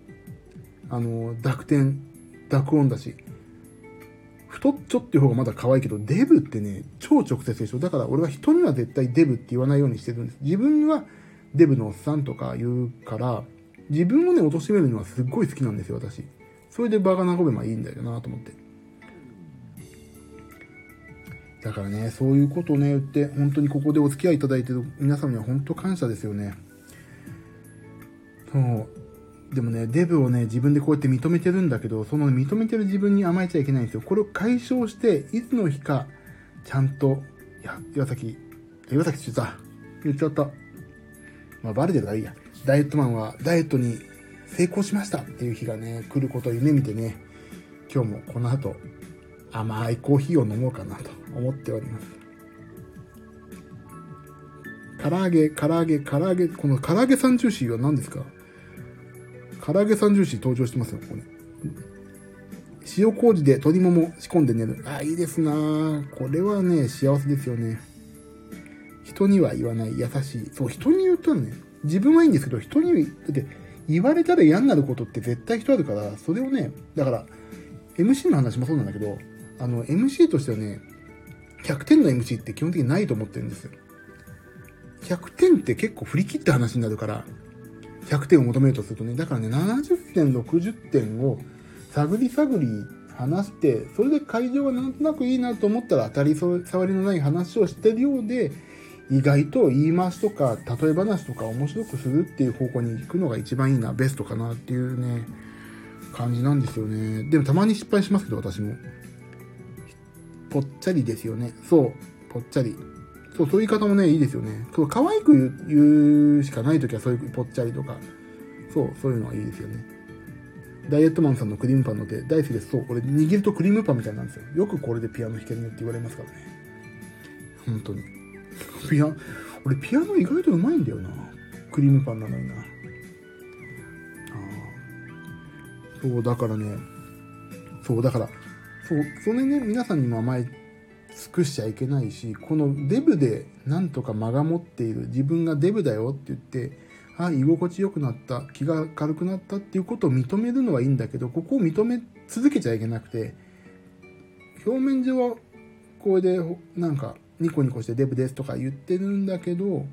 濁音だし、太っちょっていう方がまだ可愛いけどデブってね超直接でしょ。だから俺は人には絶対デブって言わないようにしてるんです。自分はデブのおっさんとか言うから自分をね貶めるのはすっごい好きなんですよ私。それで場が和めばいいんだよなと思って。だからねそういうことをね言って本当にここでお付き合いいただいてる皆様には本当感謝ですよね。そうでもねデブをね自分でこうやって認めてるんだけど、その認めてる自分に甘えちゃいけないんですよ。これを解消していつの日かちゃんと岩崎言っちゃった。バレてるからいいや。ダイエットマンはダイエットに成功しましたっていう日がね来ることを夢見てね、今日もこの後甘いコーヒーを飲もうかなと思っております。 唐揚げ。この唐揚げ三重視は何ですか？唐揚げ三重視登場してますよ、ここに。塩麹で鶏もも仕込んで寝る。あ、いいですなぁ。これはね、幸せですよね。人には言わない優しい。そう、人に言ったらね、自分はいいんですけど、人に、だって言われたら嫌になることって絶対人あるから、それをね、だから、MC の話もそうなんだけど、MC としてはね、100点の MC って基本的にないと思ってるんですよ。100点って結構振り切った話になるから、100点を求めるとするとね、だからね、70点、60点を探り話して、それで会場がなんとなくいいなと思ったら当たり障りのない話をしてるようで、意外と言い回しとか例え話とか面白くするっていう方向に行くのが一番いいな、ベストかなっていうね、感じなんですよね。でもたまに失敗しますけど、私も。ぽっちゃりですよね。そう、ぽっちゃり。そういう言い方もね、いいですよね。そう、可愛く言うしかないときはそういうぽっちゃりとか。そういうのはいいですよね。ダイエットマンさんのクリームパンの手、大好きです。そう、これ握るとクリームパンみたいなんですよ。よくこれでピアノ弾けるねって言われますからね。本当に。俺ピアノ意外と上手いんだよな。クリームパンなのにな。そうだからね、それね、皆さんにも甘え尽くしちゃいけないし、このデブでなんとか間が持っている自分がデブだよって言って、居心地良くなった、気が軽くなったっていうことを認めるのはいいんだけど、ここを認め続けちゃいけなくて、表面上はこれでなんかニコニコしてデブですとか言ってるんだけど、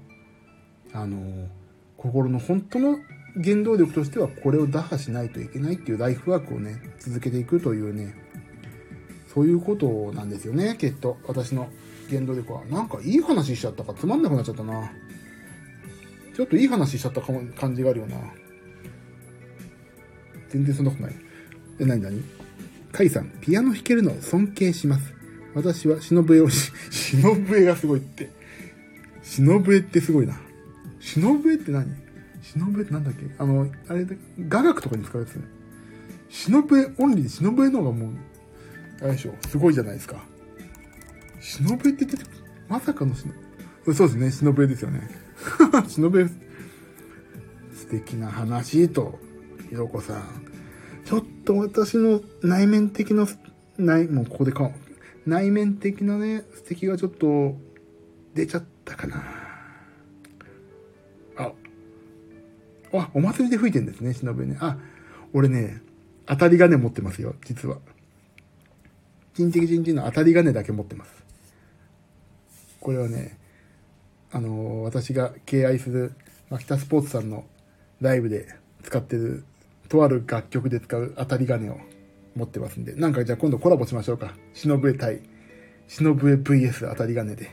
心の本当の原動力としてはこれを打破しないといけないっていうライフワークをね、続けていくというね、そういうことなんですよね、きっと。私の原動力は。なんかいい話しちゃったかつまんなくなっちゃったな。ちょっといい話しちゃった感じがあるよな。全然そんなことない。何カイさん、ピアノ弾けるのを尊敬します。私は篠笛がすごいって。篠笛ってすごいな。篠笛って何？篠笛ってなんだっけ？あれで、雅楽とかに使うやつね。篠笛オンリーで篠笛の方がもう、あれでしょ、すごいじゃないですか。篠笛って出てくる。まさかのそうですね、篠笛ですよね。篠笛。素敵な話と、ひろこさん。ちょっと私の内面的な、もうここで内面的なね、素敵がちょっと出ちゃったかな。お祭りで吹いてんですね、忍びね。俺ね、当たり金持ってますよ、実は。チンチキチンチンの当たり金だけ持ってます。これはね、私が敬愛する、マキタスポーツさんのライブで使ってる、とある楽曲で使う当たり金を持ってますんで、なんかじゃあ今度コラボしましょうか。忍笛対、忍笛 VS 当たり金で。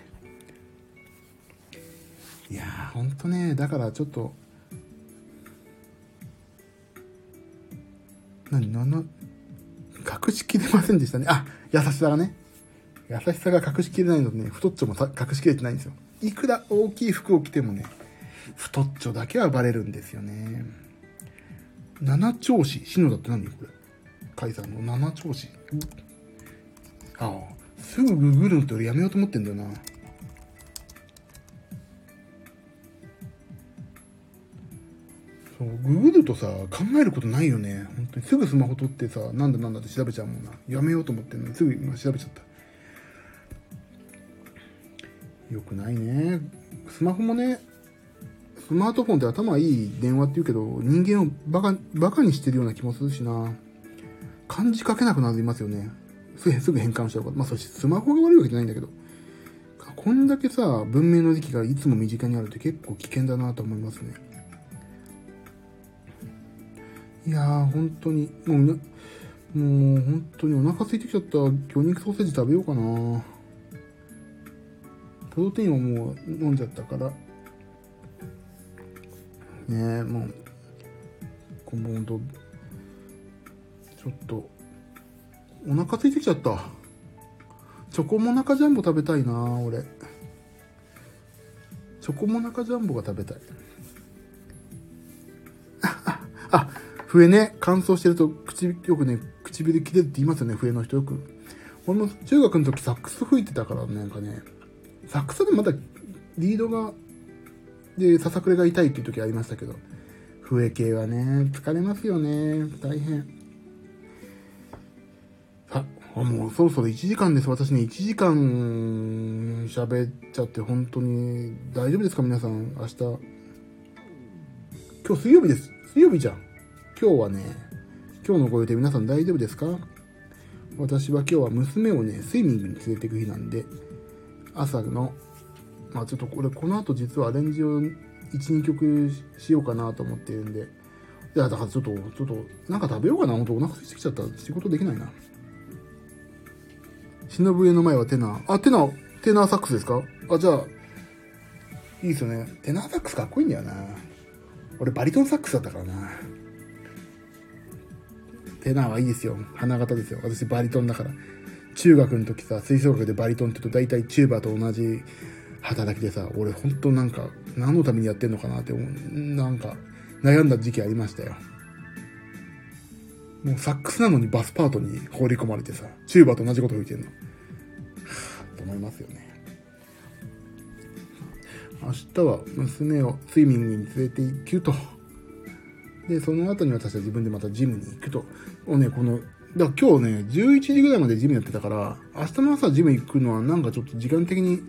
いやー、ほんとね、だからちょっと、隠しきれませんでしたね。優しさがね。優しさが隠しきれないのでね、太っちょも隠しきれてないんですよ。いくら大きい服を着てもね、太っちょだけはバレるんですよね。七調子。篠田って何これ？カイさんの七調子。すぐググるのって俺やめようと思ってんだよな。そう、ググるとさ、考えることないよね。本当にすぐスマホ取ってさ、なんだって調べちゃうもんな。やめようと思ってんのにすぐ今調べちゃった。よくないね。スマホもね、スマートフォンって頭いい電話って言うけど、人間をバカにしてるような気もするしな。漢字書けなくなりますよね。すぐ変換しちゃうから。そしてスマホが悪いわけじゃないんだけど、こんだけさ、文明の時期がいつも身近にあるって結構危険だなと思いますね。いやー、本当に、もう本当にお腹空いてきちゃった。魚肉ソーセージ食べようかな。プロテインをもう飲んじゃったから。ねえ、もう、今後ほんと、ちょっと、お腹空いてきちゃった。チョコモナカジャンボ食べたいな、俺。チョコモナカジャンボが食べたい。笛ね、乾燥してるとよくね、唇切れるって言いますよね、笛の人よく。俺も中学の時サックス吹いてたからなんかね、サックスでまだリードがで、ささくれが痛いっていう時ありましたけど、笛系はね、疲れますよね。大変。もうそろそろ1時間です。私ね、1時間喋っちゃって本当に大丈夫ですか皆さん。明日。今日水曜日です。水曜日じゃん。今日はね、今日のご予定皆さん大丈夫ですか？私は今日は娘をね、スイミングに連れていく日なんで、朝の、ちょっとこの後実はアレンジを1、2曲しようかなと思っているんで、いや、だからちょっと、なんか食べようかな。本当お腹空いてきちゃったら仕事できないな。忍笛の前はテナー。テナーサックスですか？じゃあ、いいですよね。テナーサックスかっこいいんだよな。俺バリトンサックスだったからな。テナーはいいですよ。花形ですよ。私バリトンだから。中学の時さ、吹奏楽でバリトンって言うと大体チューバーと同じ働きでさ、俺ほんとなんか、何のためにやってんのかなってなんか、悩んだ時期ありましたよ。もうサックスなのにバスパートに放り込まれてさ、チューバーと同じこと吹いてんの。と思いますよね。明日は娘をスイミングに連れて行くと。で、その後に私は自分でまたジムに行くと。だから今日ね、11時ぐらいまでジムやってたから、明日の朝ジム行くのはなんかちょっと時間的に、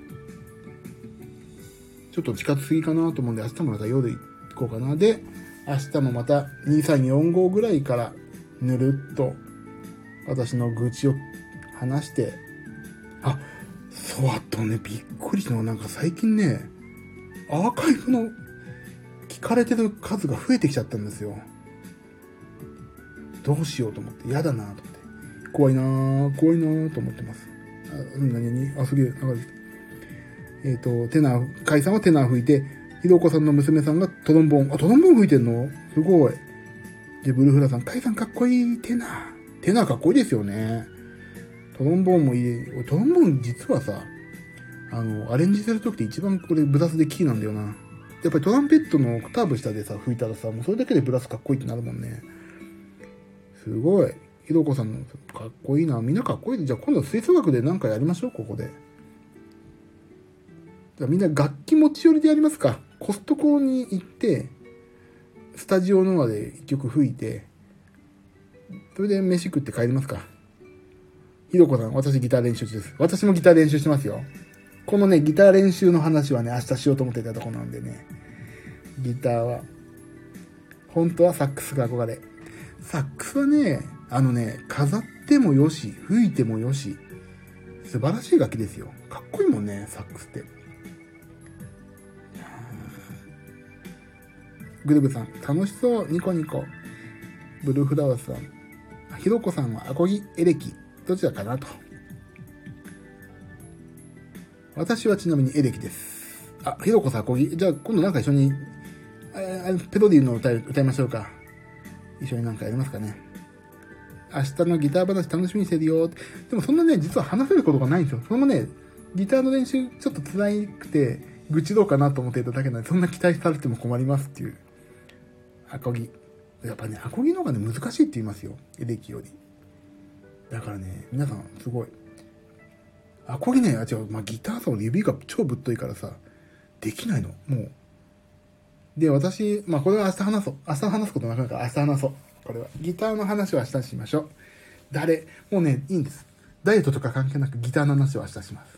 ちょっと近すぎかなと思うんで、明日もまた夜行こうかな。で、明日もまた2345ぐらいからぬるっと私の愚痴を話して、あとね、びっくりしたのはなんか最近ね、アーカイブの聞かれてる数が増えてきちゃったんですよ。どうしようと思って、嫌だなと思って。怖いなと思ってます。すげえ、テナー、カイさんはテナー吹いて、ひどこさんの娘さんがトロンボーン。トロンボーン吹いてんの？すごい。で、ブルフラさん、カイさんかっこいい、テナーかっこいいですよね。トロンボーンもいい。トロンボーン実はさ、アレンジするときって一番これブラスでキーなんだよな。やっぱりトランペットのオクターブ下でさ、吹いたらさ、もうそれだけでブラスかっこいいってなるもんね。すごい。ひどこさんのかっこいいな。みんなかっこいい。じゃあ今度吹奏楽で何かやりましょう、ここで。じゃあみんな楽器持ち寄りでやりますか。コストコに行って、スタジオのまで一曲吹いて、それで飯食って帰りますか。ひどこさん、私ギター練習中です。私もギター練習してますよ。このね、ギター練習の話はね、明日しようと思ってたところなんでね。ギターは、本当はサックスが憧れ。サックスはね、飾ってもよし、吹いてもよし、素晴らしい楽器ですよ。かっこいいもんね、サックスって。グルーブさん、楽しそう、ニコニコ。ブルーフラワーさん、ひろこさんはアコギ、エレキ、どちらかなと。私はちなみにエレキです。ひろこさんアコギ。じゃあ今度なんか一緒に、ペロディの歌いましょうか。一緒になんかやりますかね。明日のギター話楽しみにしてるよ。でもそんなね、実は話せることがないんですよ。そのね、ギターの練習ちょっと辛くて、愚痴どうかなと思っていただけなので、そんな期待されても困りますっていう。アコギ。やっぱね、アコギの方がね、難しいって言いますよ。エレキより。だからね、皆さん、すごい。アコギね、ギターソロ指が超ぶっといからさ、できないの。もう。で、私、これは明日話そう。明日話すことなかなか明日話そう。これは。ギターの話は明日しましょう。もうね、いいんです。ダイエットとか関係なくギターの話は明日します。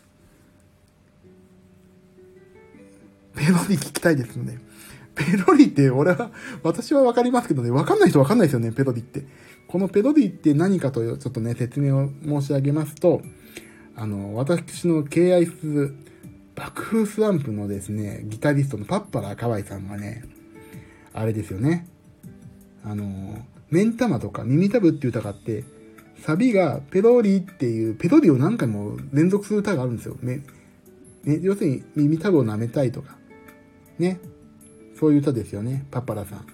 ペロディ聞きたいですので。ペロディって私はわかりますけどね、わかんない人わかんないですよね、ペロディって。このペロディって何かというちょっとね、説明を申し上げますと、私の敬愛する爆風スランプのですね、ギタリストのパッパラー河合さんがね、あれですよね。目ん玉とか耳たぶっていう歌があって、サビがペロリっていう、ペロリを何回も連続する歌があるんですよ。要するに耳たぶを舐めたいとか。ね。そういう歌ですよね。パッパラさん。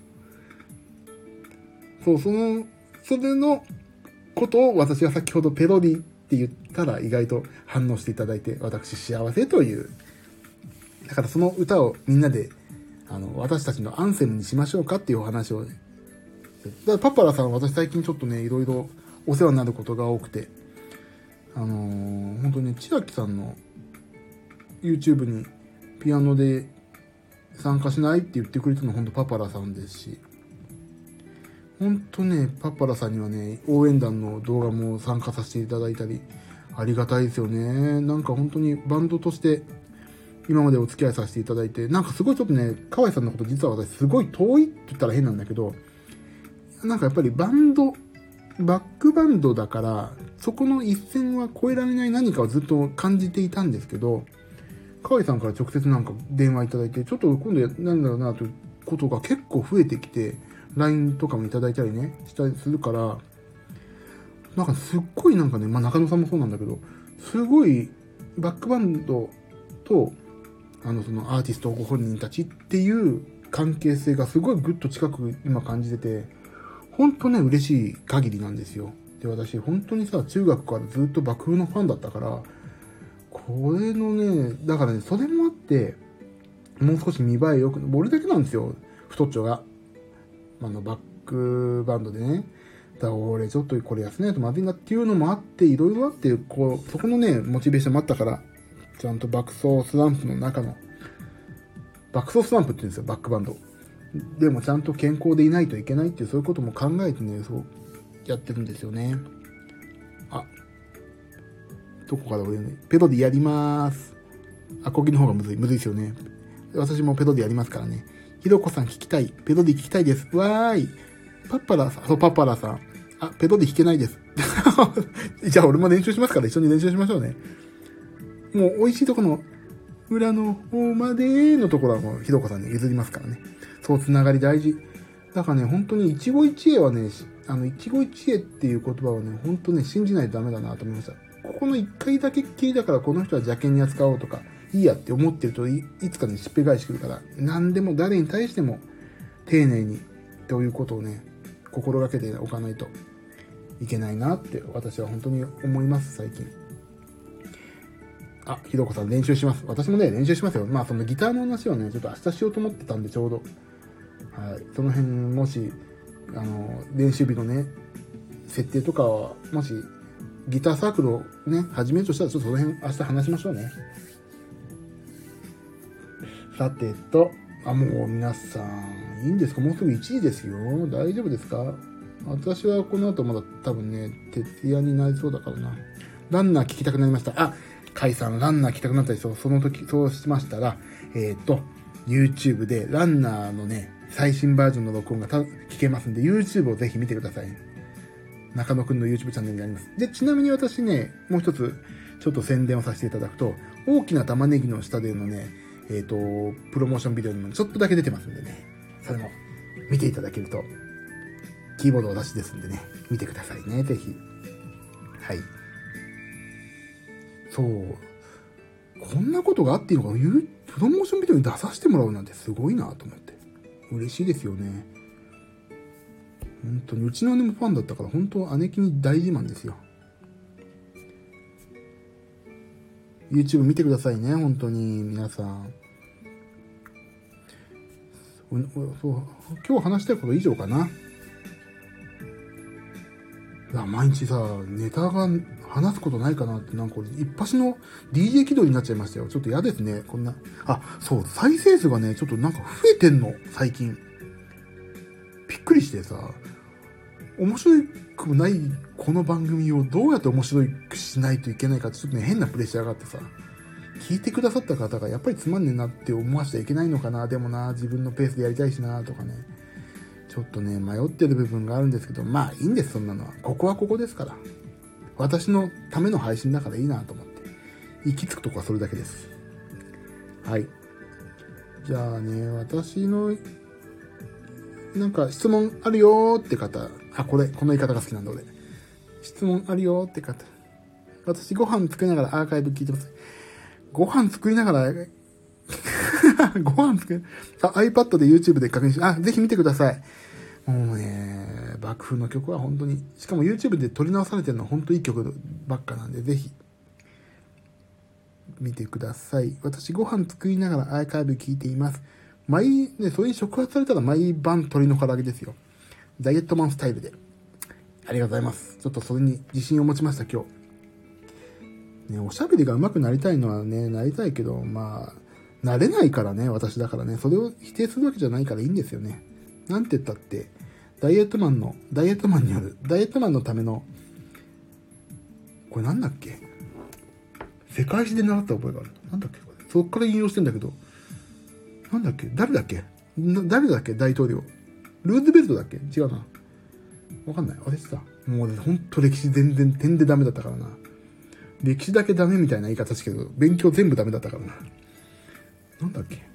そう、それのことを私が先ほどペロリって言ったら意外と反応していただいて、私幸せという。だからその歌をみんなで、私たちのアンセムにしましょうかっていうお話を。だからパッパラさんは私最近ちょっとね、いろいろお世話になることが多くて、本当に千秋さんの YouTube にピアノで参加しないって言ってくれたのは本当パパラさんですし、本当ね、パパラさんにはね、応援団の動画も参加させていただいたり、ありがたいですよね。なんか本当にバンドとして今までお付き合いさせていただいて、なんかすごいちょっとね、河合さんのこと実は私すごい遠いって言ったら変なんだけど、なんかやっぱりバックバンドだから、そこの一線は越えられない何かをずっと感じていたんですけど、河合さんから直接なんか電話いただいて、ちょっと今度なんだろうなということが結構増えてきて、LINE とかもいただいたりね、したりするから、なんかすっごいなんかね、まあ中野さんもそうなんだけど、すごいバックバンドと、そのアーティストご本人たちっていう関係性がすごいぐっと近く今感じてて、本当ね、嬉しい限りなんですよ。で、私、本当にさ、中学からずっと爆風のファンだったから、これのね、だからね、それもあって、もう少し見栄えよく、俺だけなんですよ、太っちょが。バックバンドでね。だから俺、ちょっとこれ休めないとまずいなっていうのもあって、いろいろあって、そこのね、モチベーションもあったから、ちゃんと爆走スランプの中の、爆走スランプって言うんですよ、バックバンド。でもちゃんと健康でいないといけないっていう、そういうことも考えてね、そうやってるんですよね。どこから俺ね、ペドでやりまーす。アコギの方がむずいですよね。私もペドでやりますからね。ひろこさん聞きたい。ペドで聞きたいです。わーい。パッパラさん、そう、パッパラさん。ペドで弾けないです。じゃあ俺も練習しますから一緒に練習しましょうね。もう美味しいとこの裏の方までのところはもうひろこさんに譲りますからね。そう、つながり大事。だからね、本当に一期一会はね、一期一会っていう言葉はね、本当ね、信じないとダメだなと思いました。ここの一回だけっきりだからこの人は邪険に扱おうとか、いいやって思ってるといつかね、しっぺ返してくるから、何でも誰に対しても丁寧にということをね、心がけておかないといけないなって私は本当に思います、最近。ひろこさん練習します。私もね、練習しますよ。そのギターの話はね、ちょっと明日しようと思ってたんで、ちょうど。はい。その辺、もし、練習日のね、設定とかは、もし、ギターサークルをね、始めるとしたら、ちょっとその辺、明日話しましょうね。さてと、もう皆さん、いいんですか？もうすぐ1時ですよ。大丈夫ですか？私はこの後まだ多分ね、徹夜になりそうだからな。ランナー聞きたくなりました。カイさん、ランナー聞きたくなったでしょ。その時、そうしましたら、YouTube でランナーのね、最新バージョンの録音が聞けますんで、YouTube をぜひ見てください。中野くんの YouTube チャンネルにあります。で、ちなみに私ね、もう一つ、ちょっと宣伝をさせていただくと、大きな玉ねぎの下でのね、プロモーションビデオにもちょっとだけ出てますんでね、それも見ていただけると、キーボードお出しですんでね、見てくださいね、ぜひ。はい。そう。こんなことがあっていいのか、プロモーションビデオに出させてもらうなんてすごいなと思って。嬉しいですよね。本当に、うちの姉もファンだったから、本当姉貴に大自慢ですよ。YouTube 見てくださいね、本当に、皆さん。そう、今日話したいこと以上かな。毎日さ、ネタが話すことないかなって、なんか一発の DJ 起動になっちゃいましたよ。ちょっと嫌ですね、こんな。そう、再生数がね、ちょっとなんか増えてんの、最近。びっくりしてさ、面白くもないこの番組をどうやって面白くしないといけないかって、ちょっとね、変なプレッシャーがあってさ、聞いてくださった方がやっぱりつまんねえなって思わせちゃいけないのかな、でもな、自分のペースでやりたいしな、とかね。ちょっとね、迷ってる部分があるんですけど、いいんです、そんなのは。ここはここですから。私のための配信だからいいなと思って。行き着くとこはそれだけです。はい。じゃあね、私の、なんか質問あるよーって方、この言い方が好きなんだ俺。質問あるよーって方。私ご飯作りながらアーカイブ聞いてます。ご飯作りながら、ご飯作る。iPad で YouTube で確認し、ぜひ見てください。もうね、爆風の曲は本当に、しかも YouTube で撮り直されてるのは本当いい曲ばっかなんで、ぜひ、見てください。私ご飯作りながらアーカイブ聞いています。それに触発されたら毎晩鶏の唐揚げですよ。ダイエットマンスタイルで。ありがとうございます。ちょっとそれに自信を持ちました、今日。ね、おしゃべりが上手くなりたいのはね、なりたいけど、 慣れないからね、私だからね、それを否定するわけじゃないからいいんですよね。なんて言ったって、ダイエットマンによる、ダイエットマンのための、これなんだっけ、世界史で習った覚えがある。なんだっけこれ。そっから引用してんだけど、なんだっけ、誰だっけ大統領。ルーズベルトだっけ、違うな。わかんない。あれさ、もうね、ほんと歴史全然点でダメだったからな。歴史だけダメみたいな言い方したけど、勉強全部ダメだったからな。なんだっけ、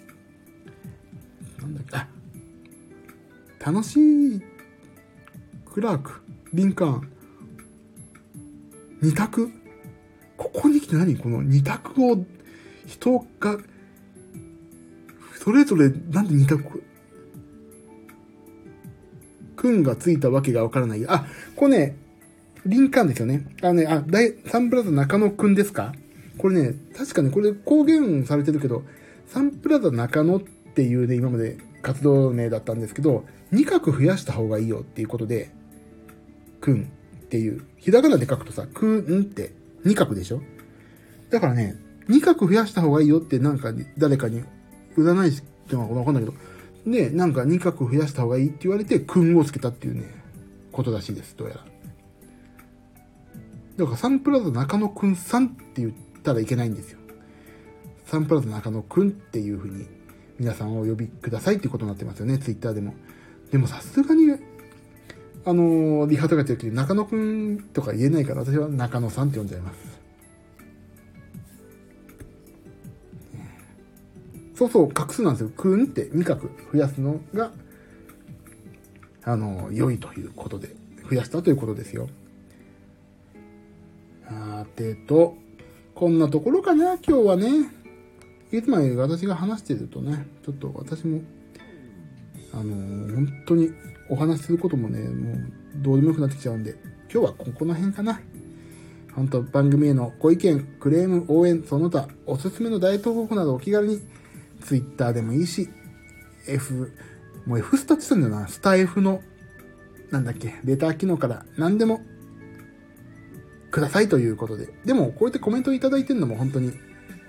あ、楽しい、クラーク、リンカーン、二択。ここに来て何この二択を、人が、それぞれなんで二択、君がついたわけがわからない。あ、これね、リンカーンですよね。サンプラザ中野くんですか？これね、確かにこれ公言されてるけど、サンプラザ中野っていうね、今まで活動名だったんですけど、2画増やした方がいいよっていうことで、くんっていう、ひらがなで書くとさ、くんって2画でしょ？だからね、2画増やした方がいいよってなんか誰かに占い師ってのはわかんないけど、で、なんか2画増やした方がいいって言われて、くんをつけたっていうね、ことらしいです、どうやら。だからサンプラザ中野くんさんって言ったらいけないんですよ。サンプラザ中野くんっていう風に皆さんをお呼びくださいっていうことになってますよね、ツイッターでも。でもさすがに、リハとか言ってるけど、中野くんとか言えないから、私は中野さんって呼んじゃいます。そうそう、画数なんですよ。くんって2画増やすのが、良いということで、増やしたということですよ。こんなところかな、今日はね。いつも私が話してるとね、ちょっと私も、本当にお話しすることもね、もうどうでもよくなってきちゃうんで、今日はこの辺かな。本当番組へのご意見、クレーム、応援、その他、おすすめのダイエット方法などお気軽に、Twitter でもいいし、もう F スタって言ったんだよな、スタ F の、なんだっけ、レター機能から何でも、くださいということで。でも、こうやってコメントいただいてるのも本当に、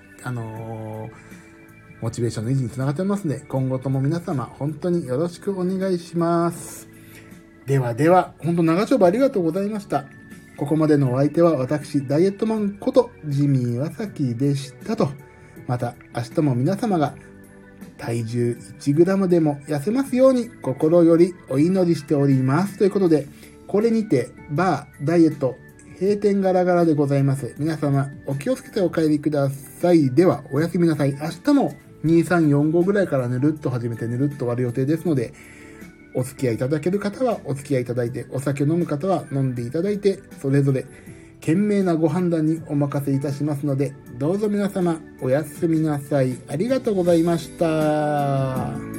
モチベーションの維持につながってますので、今後とも皆様、本当によろしくお願いします。ではでは、本当長丁場ありがとうございました。ここまでのお相手は私、ダイエットマンことジミー・ワサキでしたと。また、明日も皆様が体重 1g でも痩せますように心よりお祈りしております。ということで、これにて、バー、ダイエット、閉店ガラガラでございます。皆様、お気をつけてお帰りください。では、おやすみなさい。明日も2、3、4、5ぐらいからぬるっと始めてぬるっと終わる予定ですので、お付き合いいただける方はお付き合いいただいて、お酒飲む方は飲んでいただいて、それぞれ賢明なご判断にお任せいたしますので、どうぞ皆様、おやすみなさい。ありがとうございました。